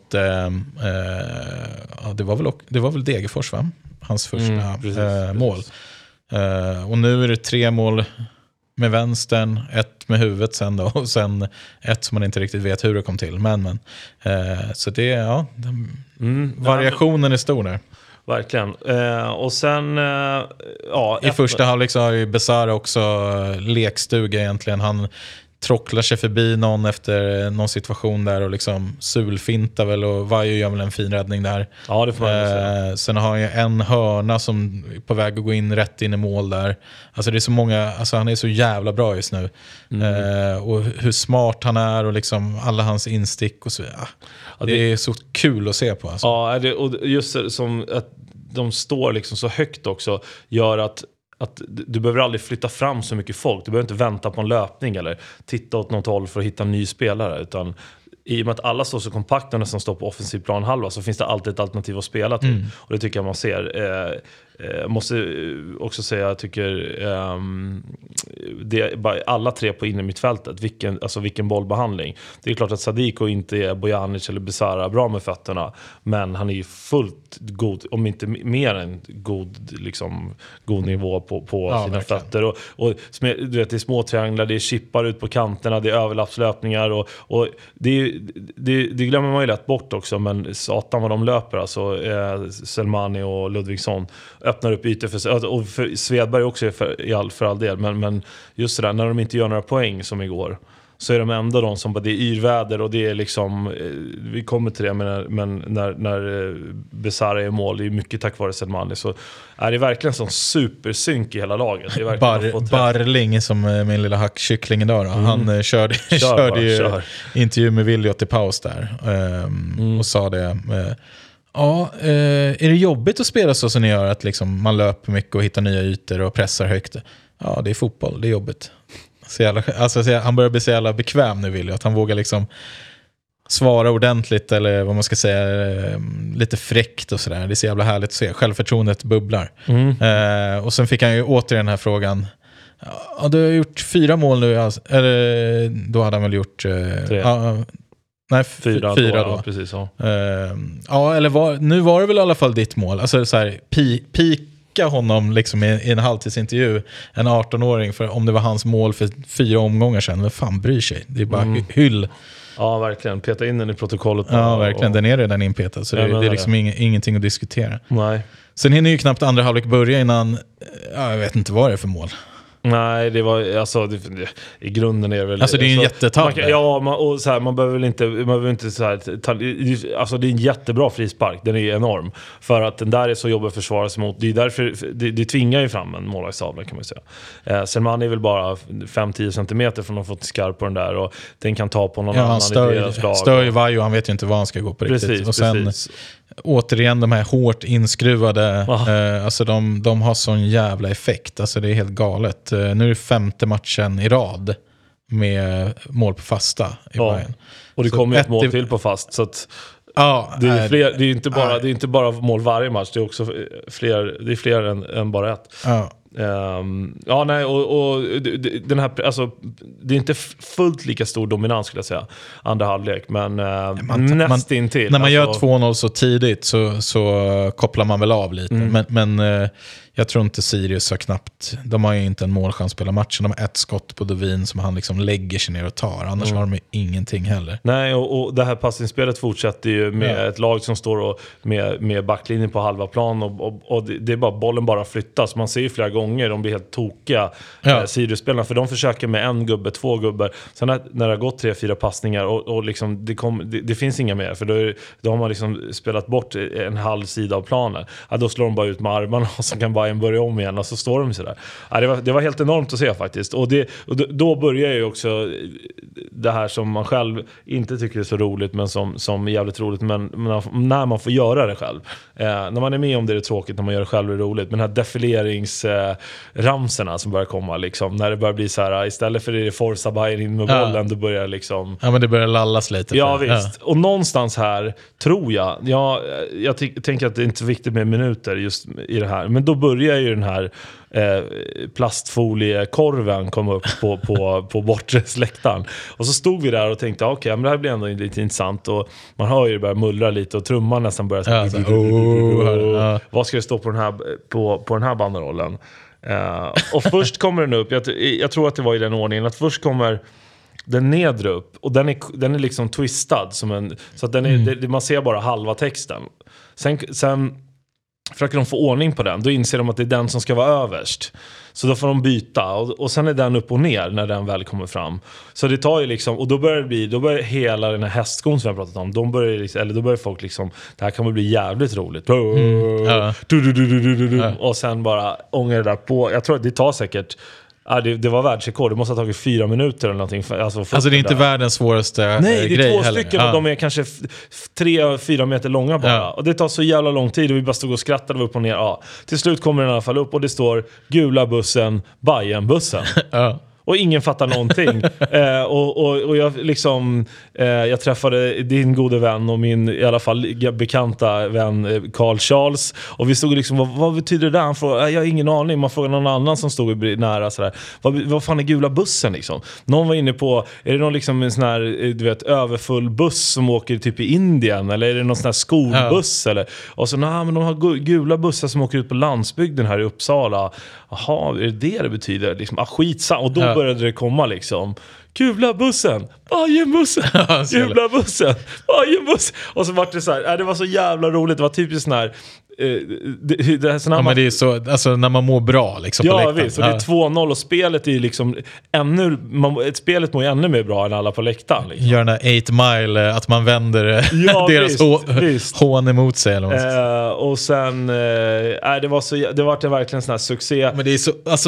det var väl Degerfors, va? Hans första mål. Och nu är det 3 mål med vänstern, 1 med huvudet sen då, och sen 1 som man inte riktigt vet hur det kom till. Men så det, variationen är stor där. Verkligen. Och sen i första halvlek så har ju Besara också lekstuga egentligen. Han trocklar sig förbi någon efter någon situation där och liksom sulfintar väl, och Vaiho gör väl en fin räddning där. Ja, det får man säga. Sen har han en hörna som är på väg att gå in rätt in i mål där. Alltså det är så många, alltså han är så jävla bra just nu. Och hur smart han är och liksom alla hans instick och så vidare. Ja, det är så kul att se på. Alltså. Ja, och just som att de står liksom så högt också gör att du behöver aldrig flytta fram så mycket folk. Du behöver inte vänta på en löpning eller titta åt något håll för att hitta en ny spelare, utan i och med att alla står så kompakt och nästan står på offensiv planhalva, så finns det alltid ett alternativ att spela till. Och det tycker jag man ser. Måste också säga, jag tycker det är bara alla 3 på innermittfältet, vilken bollbehandling. Det är klart att Sadiko inte är Bojanic eller Besara bra med fötterna, men han är ju fullt god, om inte mer än god nivå på sina fötter. Och du vet, det är små trianglar, det är chippar ut på kanterna, det är överlappslöpningar och det glömmer man ju lätt bort också, men satan vad de löper, alltså Selmani och Ludvigsson öppnar upp ytor för Svedberg också för all del, men just det där, när de inte gör några poäng som igår, så är de ändå de som bara, det är yrväder och det är liksom, vi kommer till det, men när Besara är i mål, det är mycket tack vare Selmani, så är det verkligen sån supersynk i hela laget. Det är Barling som min lilla hackkyckling idag då. Han körde intervju med Williot i paus där och sa det. Ja, är det jobbigt att spela så som ni gör, att liksom man löper mycket och hittar nya ytor och pressar högt? Ja, det är fotboll, det är jobbigt. Han börjar bli så jävla bekväm nu, vill jag, att han vågar liksom svara ordentligt, eller vad man ska säga, lite fräckt och sådär. Det är så jävla härligt att se. Självförtroendet bubblar. Och sen fick han ju åter den här frågan. Ja, du har gjort 4 mål nu, alltså, eller då hade han väl gjort 3. Nej, 4 då. Ja, precis så. Eller nu var det väl i alla fall ditt mål. Alltså så här, pika honom liksom i en halvtidsintervju, en 18-åring, för om det var hans mål för 4 omgångar sedan, vem fan bryr sig? Det är bara hyll. Ja, verkligen. Peta in den i protokollet. Ja, verkligen. Den är redan inpetad, så det är liksom ingenting att diskutera. Nej. Sen hinner ju knappt andra halvlek börja innan, jag vet inte vad det är för mål. Nej, det var alltså i grunden är det väl, alltså det är ju en jättetabbe. Och så här, man behöver inte så här, alltså det är en jättebra frispark, den är enorm, för att den där är så jobbig att försvara sig mot. Det är därför det tvingar ju fram en målvaktstavla, kan man säga. Selman är väl bara 5-10 centimeter från att få till skarp på den där, och den kan ta på någon annan. Han stör ju Vaiho, han vet ju inte vad han ska gå på riktigt. Och sen återigen de här hårt inskruvade, alltså de har sån jävla effekt, alltså det är helt galet. Nu är det 5:e matchen i rad med mål på fasta i Bayern. Och det kommer ett mål till på fast, så att det är fler, det är inte bara mål varje match, det är också fler än bara ett. Och den här, alltså, det är inte fullt lika stor dominans, skulle jag säga, andra halvlek, men nästintill. När man gör 2-0 så tidigt så kopplar man väl av lite, men jag tror inte Sirius har knappt, de har ju inte en målchans spela matchen, de har ett skott på Dovin som han liksom lägger sig ner och tar, annars har de ju ingenting heller. Nej, och det här passningsspelet fortsätter ju med ett lag som står och med backlinjen på halva plan och det är bara, bollen bara flyttas. Man ser ju flera gånger, de blir helt tokiga Sirius-spelarna, för de försöker med en gubbe, 2 gubbar. Sen när det har gått 3-4 passningar och liksom det finns inga mer, för då har man liksom spelat bort en halv sida av planen. Ja, då slår de bara ut med armarna och så kan Bayern börja om igen och så står de sådär. Ja, det var helt enormt att se faktiskt. Och då börjar ju också det här som man själv inte tycker är så roligt, men som är jävligt roligt, men när man får göra det själv. När man är med om det är tråkigt, när man gör det själv är det roligt. Men den här defileringsramserna som börjar komma liksom, när det börjar bli så här, istället för det Forza Bayern in med bollen, då börjar liksom... Ja, men det börjar lallas lite. Ja, visst. Och någonstans här tror jag tänker att det är inte så viktigt med minuter just i det här, men då börjar ju den här plastfoliekorven komma upp på bortre släktaren. Och så stod vi där och tänkte okej, men det här blir ändå lite intressant, och man hör ju det börjar mullra lite och trumman nästan börjar vad ska det stå på den här banderollen? Och först kommer den upp, jag tror att det var i den ordningen att först kommer den nedre upp, och den är liksom twistad så att den är, man ser bara halva texten. Sen försöker de få ordning på den, då inser de att det är den som ska vara överst. Så då får de byta, och sen är den upp och ner när den väl kommer fram. Så det tar ju liksom, och då börjar hela den här hästskon som jag pratat om, då börjar folk liksom, det här kan väl bli jävligt roligt. Och sen bara ångar det där på. Jag tror att det tar säkert... det var världsrekord. Det måste ha tagit 4 minuter eller någonting. Alltså det är inte världens svåraste grej. Nej, det är 2 stycken och de är kanske 3-4 meter långa bara. Ja. Och det tar så jävla lång tid och vi bara stod och skrattade upp och ner. Ja. Till slut kommer den i alla fall upp och det står gula bussen, Bayern-bussen. Ja. Och ingen fattar någonting. Och jag liksom jag träffade din gode vän och min i alla fall bekanta vän Carl Charles, och vi stod liksom, vad betyder det där? Han frågade, jag har ingen aning. Man frågade någon annan som stod nära sådär, vad fan är gula bussen liksom? Någon var inne på, är det någon liksom en sån här, du vet, överfull buss som åker typ i Indien, eller är det någon sån här skolbuss eller? Och så men de har gula bussar som åker ut på landsbygden här i Uppsala. Jaha, är det betyder liksom, skitsam. Och då började det komma liksom, gula bussen, Bayern-bussen, gula bussen, Bayern-bussen. Och så var det så här, det var så jävla roligt. Det var typiskt sån här men det är så, alltså när man mår bra liksom, ja visst, och det är 2-0 och spelet är ju liksom spelet mår ju ännu mer bra än alla på läktaren liksom. Gör den här 8 mile, att man vänder deras hån emot sig eller och sen det var verkligen sån här succé. Men det är så, alltså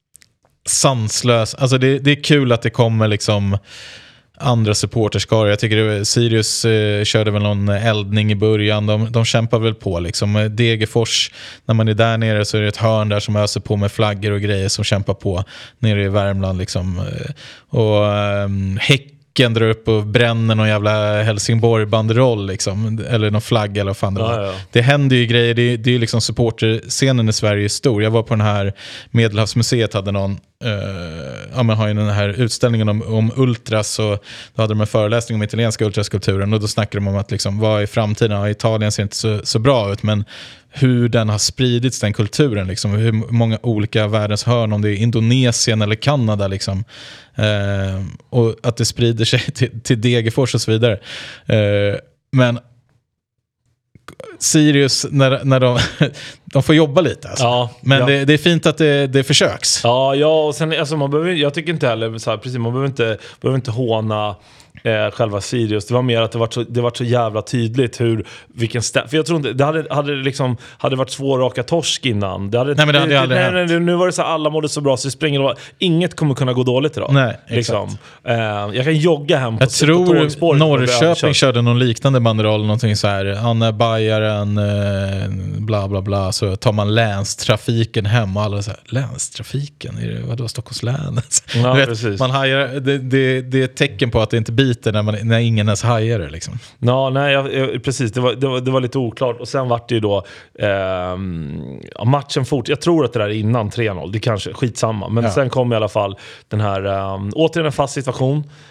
sanslös, alltså det är kul att det kommer liksom andra supporterskar. Jag tycker Sirius körde väl någon eldning i början. De kämpar väl på liksom. Degerfors, när man är där nere så är det ett hörn där som öser på med flaggor och grejer som kämpar på nere i Värmland liksom. Och Häcken drar upp och bränner någon jävla Helsingborg-banderoll liksom, eller någon flagga eller vad fan det var. Ja. Det händer ju grejer, det är liksom supporterscenen i Sverige är stor. Jag var på den här Medelhavsmuseet, hade någon man har ju den här utställningen om ultras, och då hade de en föreläsning om italienska ultraskulpturen, och då snackade de om att liksom, vad är framtiden? Ja, Italien ser inte så bra ut, men hur den har spridits, den kulturen liksom, hur många olika världens hörn, om det är Indonesien eller Kanada liksom, och att det sprider sig till Degerfors och så vidare, men Sirius när de får jobba lite alltså. Ja, men ja. Det är fint att det försöks. Ja, och sen alltså, jag tycker inte heller så här, precis, man behöver inte håna själva Sirius. Det var mer att det var så jävla tydligt för jag tror inte det hade varit svår raka torsk innan. Nu var det så här, alla mådde så bra så det springer, inget kommer kunna gå dåligt idag. Nej, liksom. Jag kan jogga hem på, jag tror Norrköping körde någon liknande banderoll, någonting så här, när Bajaren bla bla bla, så tar man länstrafiken hem och alla så här, länstrafiken, är det vadå, Stockholms län? Ja, vet, man hajar, det är ett tecken på att det inte biter när ingen ens hajar det liksom. Ja, nej, precis, det var lite oklart, och sen var det ju då matchen fort. Jag tror att det där innan 3-0, det kanske skitsamma, men sen kom i alla fall den här återigen en fast situation.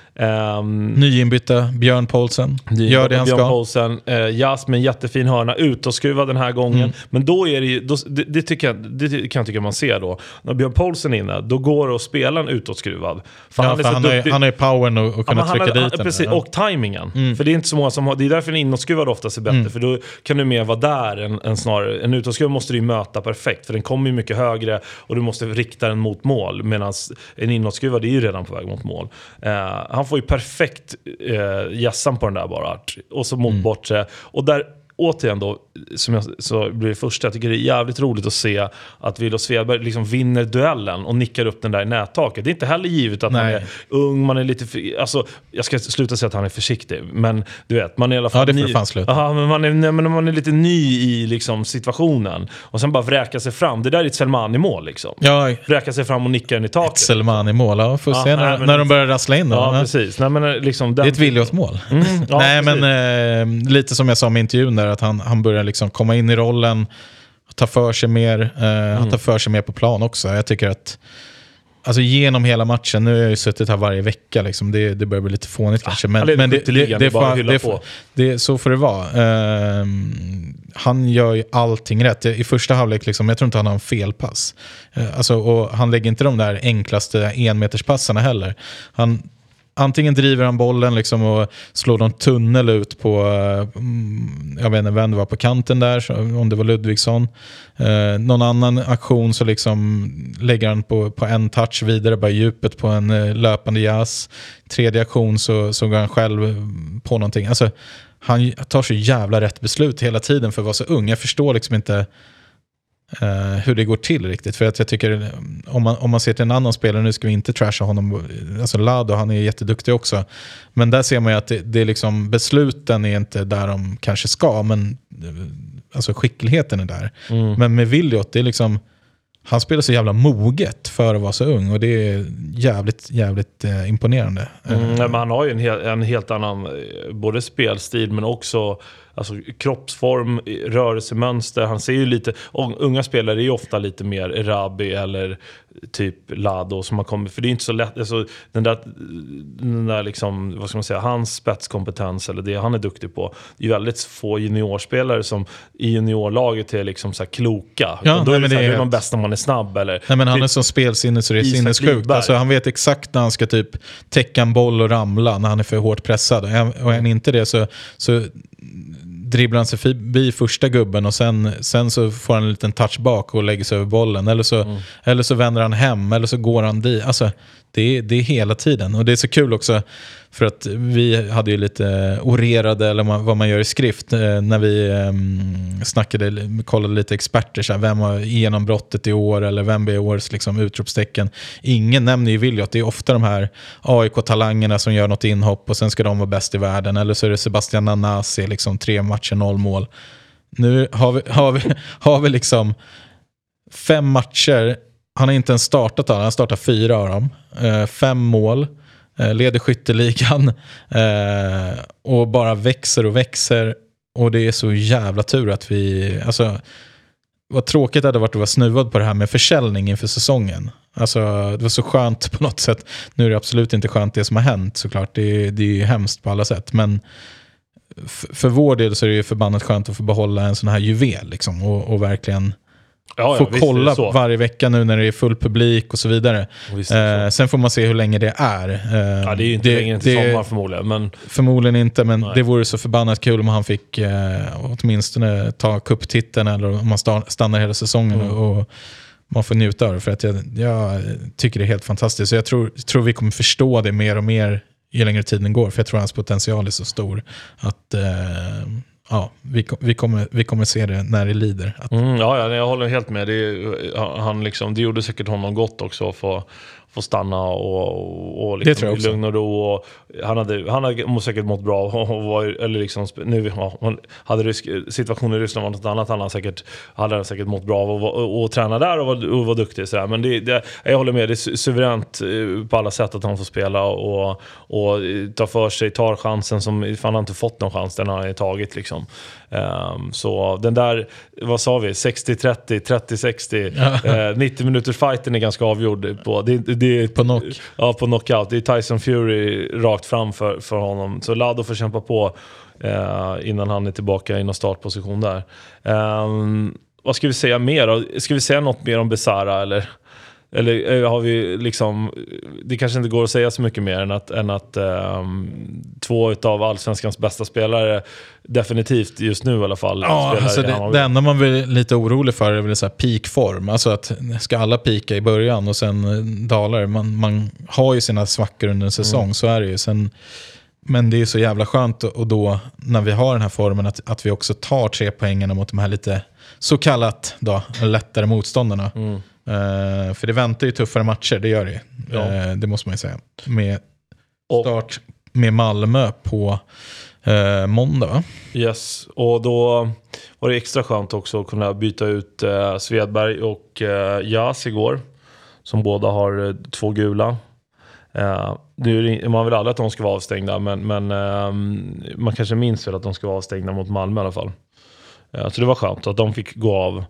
Nyinbytta Björn Poulsen. Gör det han ska. Björn Poulsen, Jasmin, jättefin hörna, ut och skruva den här gången. Men då är det ju, det tycker jag, det kan jag tycka man ser då. När Björn Poulsen är inne, då går det att spela en utåtskruvad. För han är powern och kunna trycka dit den. Precis, och timingen. För det är inte så många som har, det är därför en inåtskruvad oftast är bättre. För då kan du mer vara där än snarare. En utåtskruvad måste du ju möta perfekt. För den kommer ju mycket högre och du måste rikta den mot mål. Medan en inåtskruvad är ju redan på väg mot mål. Han får ju perfekt gässan på den där bara. Och så mot bort sig. Och där återigen då, som jag så blir det första, jag tycker det är jävligt roligt att se att Willof Svedberg liksom vinner duellen och nickar upp den där i nättaket. Det är inte heller givet att man är ung, man är lite alltså, jag ska sluta säga att han är försiktig, men du vet, man är i alla fall ny. Men man är lite ny i liksom situationen och sen bara vräka sig fram. Det där är ett Selman i mål liksom. Ja, vräka sig fram och nicka den i taket. Ett Selman i mål, ja, får se när de börjar rassla in då. Ja, precis. Nej, men liksom det är ett Willof mål. Nej, men lite som jag sa med intervjun där, att han börjar liksom komma in i rollen, ta för sig mer, han tar för sig mer på plan också. Jag tycker att alltså genom hela matchen, nu har jag ju suttit här varje vecka liksom, det börjar bli lite fånigt kanske, men det så får det vara. Han gör ju allting rätt. I första halvlek liksom, jag tror inte han har en felpass. Alltså, och han lägger inte de där enklaste enmeterspassarna heller. Antingen driver han bollen liksom och slår någon tunnel ut på, jag vet inte vem det var på kanten där, om det var Ludvigsson. Någon annan aktion så liksom lägger han på en touch vidare, bara djupet på en löpande jazz. Tredje aktion så går han själv på någonting. Alltså, han tar så jävla rätt beslut hela tiden för att vara så ung. Jag förstår liksom inte hur det går till riktigt, för att jag tycker om man ser till en annan spelare, nu ska vi inte trasha honom, alltså Lado, han är jätteduktig också, men där ser man ju att det är liksom, besluten är inte där de kanske ska, men alltså skickligheten är där. Men med Williot, det är liksom, han spelar så jävla moget för att vara så ung, och det är jävligt imponerande. Men han har ju en helt annan både spelstil men också alltså kroppsform, rörelsemönster. Han ser ju lite, unga spelare är ju ofta lite mer Erabi eller typ Lado som har kommit, för det är inte så lätt, alltså den där liksom, vad ska man säga, hans spetskompetens eller det han är duktig på, det är ju väldigt få juniorspelare som i juniorlaget är liksom så här kloka. Ja, då är det, är man bäst när man är snabb eller. Nej, men han är så spelsinne så det är sinnessjukt. Alltså, han vet exakt när han ska typ täcka en boll och ramla när han är för hårt pressad, och är han inte det så dribblar han sig förbi första gubben och sen så får han en liten touch bak och lägger sig över bollen, eller så vänder han hem, eller så går han dit. Alltså det är hela tiden, och det är så kul också för att vi hade ju lite orerade, eller vad man gör i skrift, när vi kollade lite experter så här, vem har genombrottet i år, eller vem är årets liksom utropstecken. Ingen nämner ju Williot. Det är ofta de här AIK-talangerna som gör något inhopp och sen ska de vara bäst i världen, eller så är det Sebastian Nanasi, liksom 3 matcher 0 mål. Nu har vi liksom 5 matcher, han har inte ens startat, han har startat 4 av dem, 5 mål, leder skytteligan, och bara växer och växer, och det är så jävla tur att vi, alltså vad tråkigt det hade varit att vara snuvad på det här med försäljning inför säsongen. Alltså det var så skönt på något sätt. Nu är det absolut inte skönt det som har hänt såklart, det är ju hemskt på alla sätt, men för vår del så är det ju förbannat skönt att få behålla en sån här juvel liksom, och verkligen få kolla varje vecka nu när det är full publik och så vidare. Sen får man se hur länge det är. Det är ju inte längre till sommar förmodligen. Men förmodligen inte, men det vore så förbannat kul om han fick åtminstone ta cuptiteln, eller om man stannar hela säsongen och man får njuta av det, för att jag tycker det är helt fantastiskt. Så jag tror vi kommer förstå det mer och mer ju längre tiden går, för jag tror hans potential är så stor att vi kommer se det när det lider. Jag håller helt med. Det gjorde säkert honom gott också att få stanna och liksom i lugn och ro, och han hade säkert mått bra och eller liksom hade situationen i Ryssland var något annat, han hade säkert mått bra och träna där och var duktig så här. Men jag håller med, det är suveränt på alla sätt att han får spela och ta för sig, tar chansen som han har inte fått någon chans, den har han tagit liksom. Så den där, vad sa vi, 60-30, 30-60 90 minuters fighten är ganska avgjord på. Det det är på knock. Ja, på knockout. Det är Tyson Fury rakt fram för honom. Så Lado får kämpa på innan han är tillbaka i någon startposition där. Vad ska vi säga mer då? Ska vi säga något mer om Besara eller har vi liksom, det kanske inte går att säga så mycket mer än att två utav allsvenskans bästa spelare definitivt just nu i alla fall. Ja, alltså det enda man blir lite orolig för är väl så här peakform. Alltså att ska alla peaka i början och sen dalar. Man har ju sina svackor under en säsong, så är det ju. Men det är så jävla skönt och då när vi har den här formen att vi också tar 3 poängen mot de här lite så kallat då, lättare motståndarna. För det väntar ju tuffare matcher, det gör det. Ja. Det måste man ju säga. Med start med Malmö på måndag, va? Yes, och då var det extra skönt också att kunna byta ut Svedberg och Jas igår. Som båda har 2 gula. Man vill aldrig att de ska vara avstängda, men man kanske minns väl att de ska vara avstängda mot Malmö i alla fall. Så det var skönt att de fick gå av.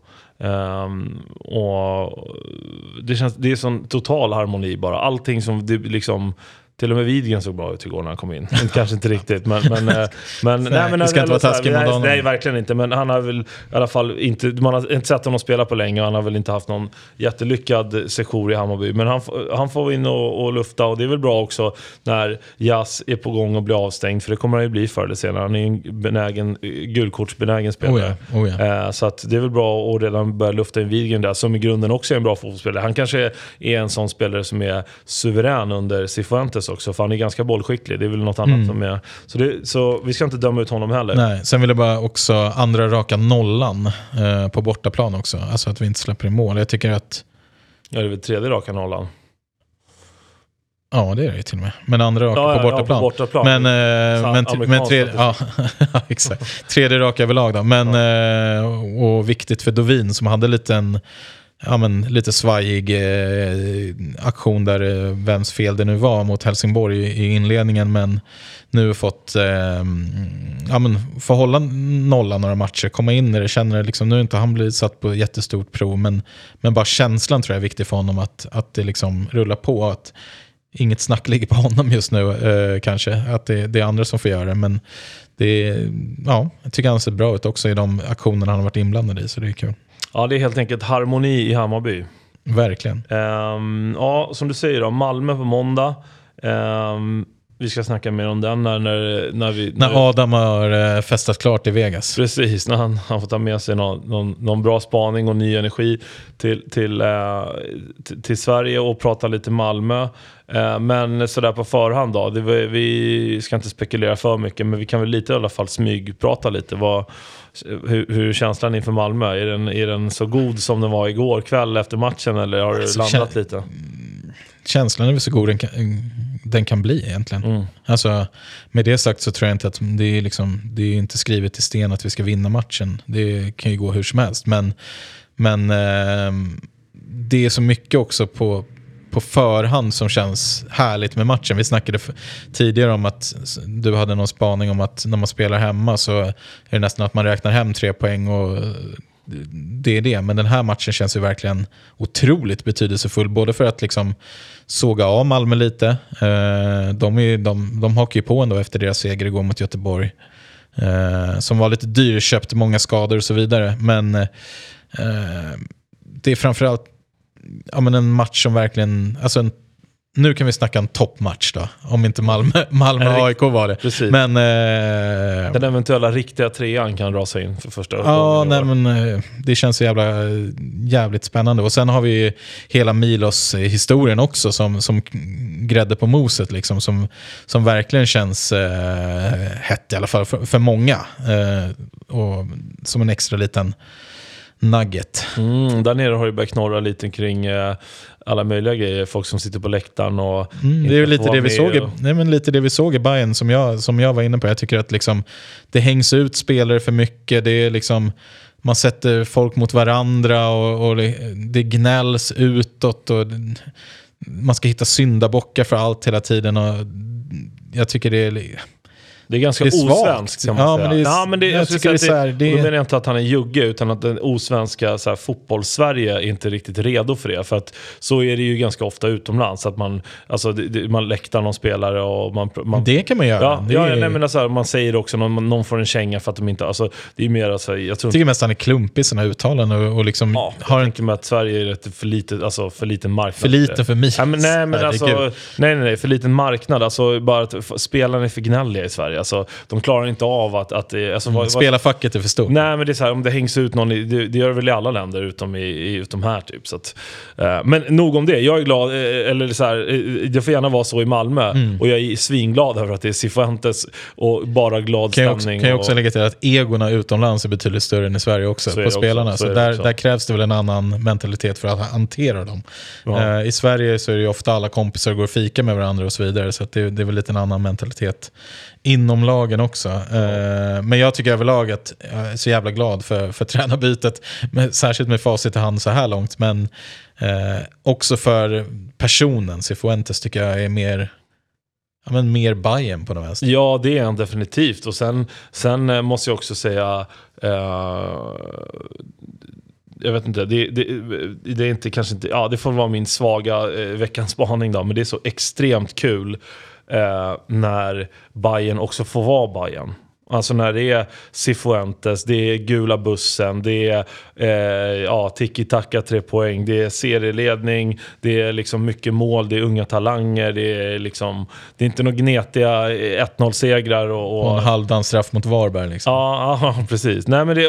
Och det är sån total harmoni bara. Allting som det liksom, till och med Widgren såg bra ut igår när han kom in. Kanske inte riktigt, men det ska inte vara taskigt mot honom. Nej, verkligen inte. Men han har väl i alla fall inte, man har inte sett honom spela på länge och han har väl inte haft någon jättelyckad session i Hammarby. Men han får in och lufta, och det är väl bra också när Jas är på gång och blir avstängd, för det kommer han ju bli förr eller senare. Han är en gulkortsbenägen spelare. Oh ja. Så att det är väl bra att redan börja lufta in Widgren där, som i grunden också är en bra fotbollsspelare. Han kanske är en sån spelare som är suverän under Cifuentes också, för han är ganska bollskicklig. Det är väl något annat som är... Så vi ska inte döma ut honom heller. Nej, sen vill jag bara också andra raka nollan på bortaplan också. Alltså att vi inte släpper i mål. Jag tycker att... Ja, det är väl 3:e raka nollan. Ja, det är det till och med. Men andra raka på bortaplan. På bortaplan. Men exakt. 3:e raka överlag då. Men, och viktigt för Dovin som hade lite svajig aktion där, vems fel det nu var mot Helsingborg i inledningen, men nu fått få hålla nolla några matcher, komma in när det känner liksom, nu inte han blivit satt på jättestort prov, men bara känslan tror jag är viktig för honom, att det liksom rullar på, att inget snack ligger på honom just nu, kanske att det är andra som får göra det, men jag tycker han ser bra ut också i de aktionerna han har varit inblandad i, så det är kul. Ja, det är helt enkelt harmoni i Hammarby. Verkligen. Som du säger då, Malmö på måndag. Vi ska snacka mer om den när Adam har festat klart i Vegas. Precis, när han får ta med sig någon bra spaning och ny energi till Sverige och prata lite Malmö. Men sådär på förhand då, vi ska inte spekulera för mycket, men vi kan väl lite i alla fall smygprata lite. Hur känslan inför Malmö? Är den så god som den var igår kväll efter matchen, eller har du landat lite? Känslan är väl så god den kan bli egentligen. Alltså, med det sagt så tror jag inte att det är inte skrivet i sten att vi ska vinna matchen. Det kan ju gå hur som helst, men det är så mycket också på förhand som känns härligt med matchen. Vi snackade tidigare om att du hade någon spaning om att när man spelar hemma så är det nästan att man räknar hem 3 poäng och det är det. Men den här matchen känns ju verkligen otroligt betydelsefull, både för att liksom såga av Malmö lite. De hakar ju på ändå efter deras seger igår mot Göteborg, som var lite dyrköpt, många skador och så vidare. Men det är framförallt en match som verkligen, alltså nu kan vi snacka en toppmatch då, om inte Malmö AIK var det. Precis. Men den eventuella riktiga 3:an kan rasa in för första gången. Ja, nej, men det känns så jävligt spännande. Och sen har vi hela Milos historien också som grädde på moset liksom, som verkligen känns hett i alla fall för många, och som en extra liten nugget. Där nere har det börjat knorra lite kring alla möjliga grejer, folk som sitter på läktaren och det är lite det vi såg lite det vi såg i Bayern som jag var inne på. Jag tycker att liksom det hängs ut spelare för mycket, det är liksom man sätter folk mot varandra och det gnälls utåt och man ska hitta syndabockar för allt hela tiden, och jag tycker Det är ganska osvenskt kan man säga. Jag tycker det är då menar jag inte att han är jugge, utan att den osvenska så här, fotbolls-Sverige är inte riktigt redo för det. För att så är det ju ganska ofta utomlands. Att man läktar någon spelare och man det kan man göra. Men alltså, man säger också någon får en känga för att de inte... Alltså, det är mer alltså, jag tycker mest han är klumpig i sina uttalanden och liksom... har inte med att Sverige är rätt för liten marknad. För lite för mig. Nej, för liten marknad. Alltså, bara att spelarna är för gnälliga i Sverige. Alltså, de klarar inte av att spelarfacket är för stort. Nej, men det är så här, om det hängs ut någon, det gör det väl i alla länder utom här typ. Så att, men nog om det. Jag är glad, eller så här, det får gärna vara så i Malmö. Och jag är svinglad över att det är Cifuentes och bara glad stämning. Kan jag också lägga till att egorna utomlands är betydligt större än i Sverige också på spelarna. Så där krävs det väl en annan mentalitet för att hantera dem. Ja. I Sverige så är det ju ofta alla kompisar går och fika med varandra och så vidare. Så att det är väl lite en annan mentalitet inom lagen också. Men jag tycker överlag att jag är så jävla glad för tränarbytet. Särskilt med facit i hand så här långt. Men också för personen. Cifuentes tycker jag är mer Bayern på något vänster. Ja, det är han definitivt. Och sen måste jag också säga... jag vet inte, det är inte kanske inte, det får vara min svaga veckans spaning då, men det är så extremt kul när Bayern också får vara Bayern. Alltså när det är Cifuentes, det är gula bussen, det är tiki-taka 3 poäng, det är serieledning, det är liksom mycket mål, det är unga talanger, det är liksom, det är inte några gnetiga 1-0-segrar och en halvdan straff mot Varberg liksom. Ja, precis. Nej, men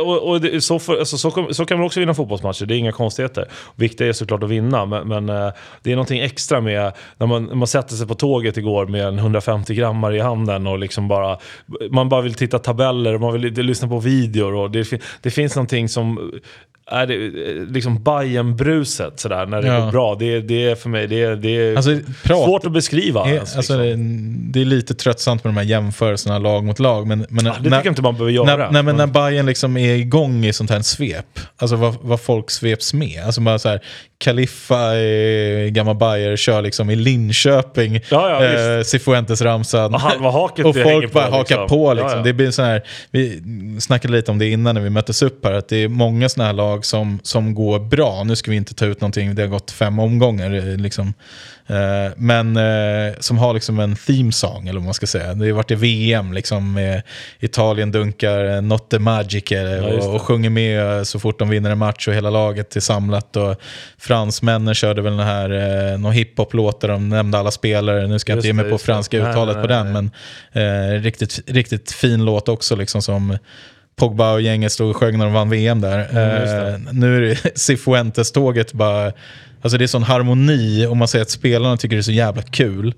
så kan man också vinna fotbollsmatcher, det är inga konstigheter. Viktigt är såklart att vinna, men det är någonting extra med när man sätter sig på tåget igår med en 150 grammar i handen och liksom man bara vill titta tabeller, man vill lyssna på videor och det finns någonting som är det liksom Bayern-bruset sådär när det går bra. Det är för mig det är alltså, svårt att beskriva. Alltså, det är lite tröttsamt med de här jämförelserna lag mot lag, men det tycker jag inte man behöver göra. När Bayern liksom är igång i sånt här svep, alltså vad folk sveps med, alltså bara så här Kaliffa gamla Bayer kör liksom i Linköping Cifuentes ramsan och folk bara hakar på liksom. Det blir sån här, vi snackade lite om det innan när vi möttes upp här, att det är många såna här lag som går bra. Nu ska vi inte ta ut någonting, det har gått 5 omgångar liksom. Men som har liksom en theme song eller vad man ska säga. Det har varit i VM liksom med Italien dunkar Not the Magic och sjunger med så fort de vinner en match och hela laget är samlat, och fransmännen körde väl den här någon hiphop-låt där de nämnde alla spelare. Nu ska jag inte ge mig på franska uttalet på den, men riktigt, riktigt fin låt också liksom, som Pogba och gänget stod och sjöng när de vann VM där. Nu är det Cifuentes-tåget bara... Alltså det är sån harmoni, om man säger att spelarna tycker det är så jävla kul.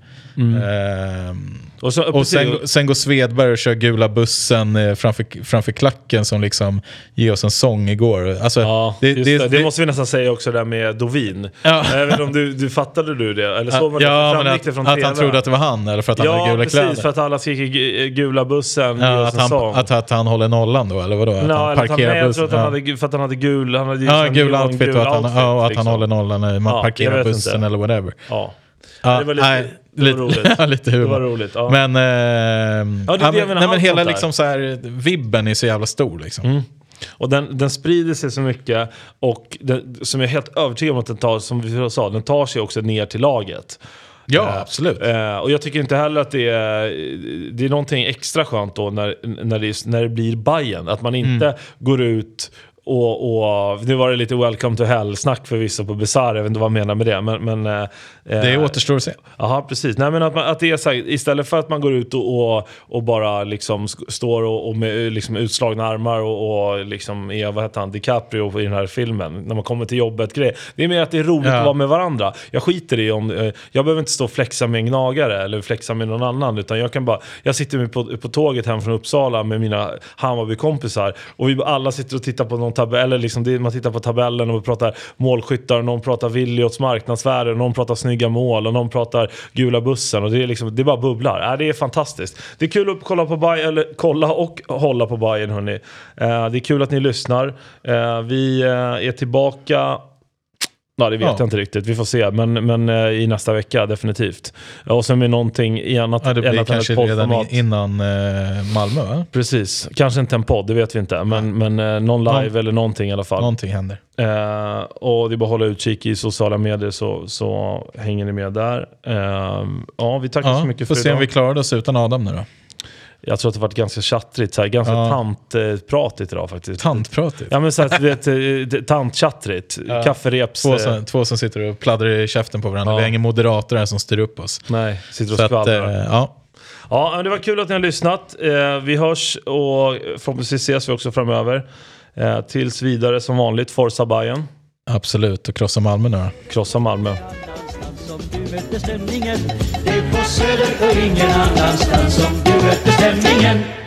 Och sen går Svedberg och kör gula bussen framför klacken som liksom ger oss en sång igår. Alltså, det måste vi nästan säga också där med Dovin. Jag vet inte om du fattade du det? Eller så var det men att han trodde att det var han, eller för att han hade gula kläder. Ja, precis, för att alla skriker gula bussen. Att han håller nollan då, eller vadå? Att han parkerar bussen. För att han hade gul outfit och att han håller nollan. Man parkerar bussen inte. Eller whatever. Det var lite roligt. Lite humor. Det var roligt. Ja. Men hela liksom så här, vibben är så jävla stor liksom. Och den sprider sig så mycket, och som jag är helt övertygad om att den tar, som vi sa, den tar sig också ner till laget. Ja, absolut. Och jag tycker inte heller att det är någonting extra skönt då när det blir Bayern, att man inte går ut och nu var det lite welcome to hell-snack för vissa på Bizarre, jag vet inte vad jag menar med det, men det återstår att se. Jaha, precis. Nej, men att det är så här, istället för att man går ut och bara liksom står och med liksom utslagna armar och liksom vad heter han, DiCaprio i den här filmen, när man kommer till jobbet grej. Det är mer att det är roligt att vara med varandra. Jag skiter i om jag behöver inte stå och flexa med en gnagare eller flexa med någon annan, utan jag sitter med på tåget hem från Uppsala med mina Hammarby-kompisar, och vi alla sitter och tittar på någon tabell, eller liksom man tittar på tabellen och vi pratar målskyttar, och någon pratar Williots marknadsvärde, och någon pratar snygga mål, och någon pratar gula bussen, och det är liksom, det bara bubblar. Det är fantastiskt. Det är kul att kolla och hålla på Bayern, hörni. Det är kul att ni lyssnar. Vi är tillbaka Ja, det vet jag inte riktigt. Vi får se. Men i nästa vecka, definitivt. Och sen med någonting annat. Ja, det blir kanske redan innan Malmö, va? Precis. Kanske inte en podd, det vet vi inte. Men någon live eller någonting i alla fall. Någonting händer. Och det är bara att hålla utkik i sociala medier så hänger ni med där. Ja, vi tackar så mycket för idag. Får se om vi klarade oss utan Adam nu då. Jag tror att det varit ganska chattrigt, ganska tantpratigt idag faktiskt. Tantpratigt? Ja, men så här, tantchattrigt. Kaffereps. Två som sitter och pladdrar i käften på varandra. Vi har ingen moderator här som styr upp oss. Nej, sitter och skvallrar. Ja, det var kul att ni har lyssnat. Vi hörs och förhoppningsvis ses vi också framöver. Tills vidare som vanligt, Forza Bayern. Absolut, och krossa Malmö nu då. Krossa Malmö. Det är på Söder och ingen annanstans som du möter stämningen.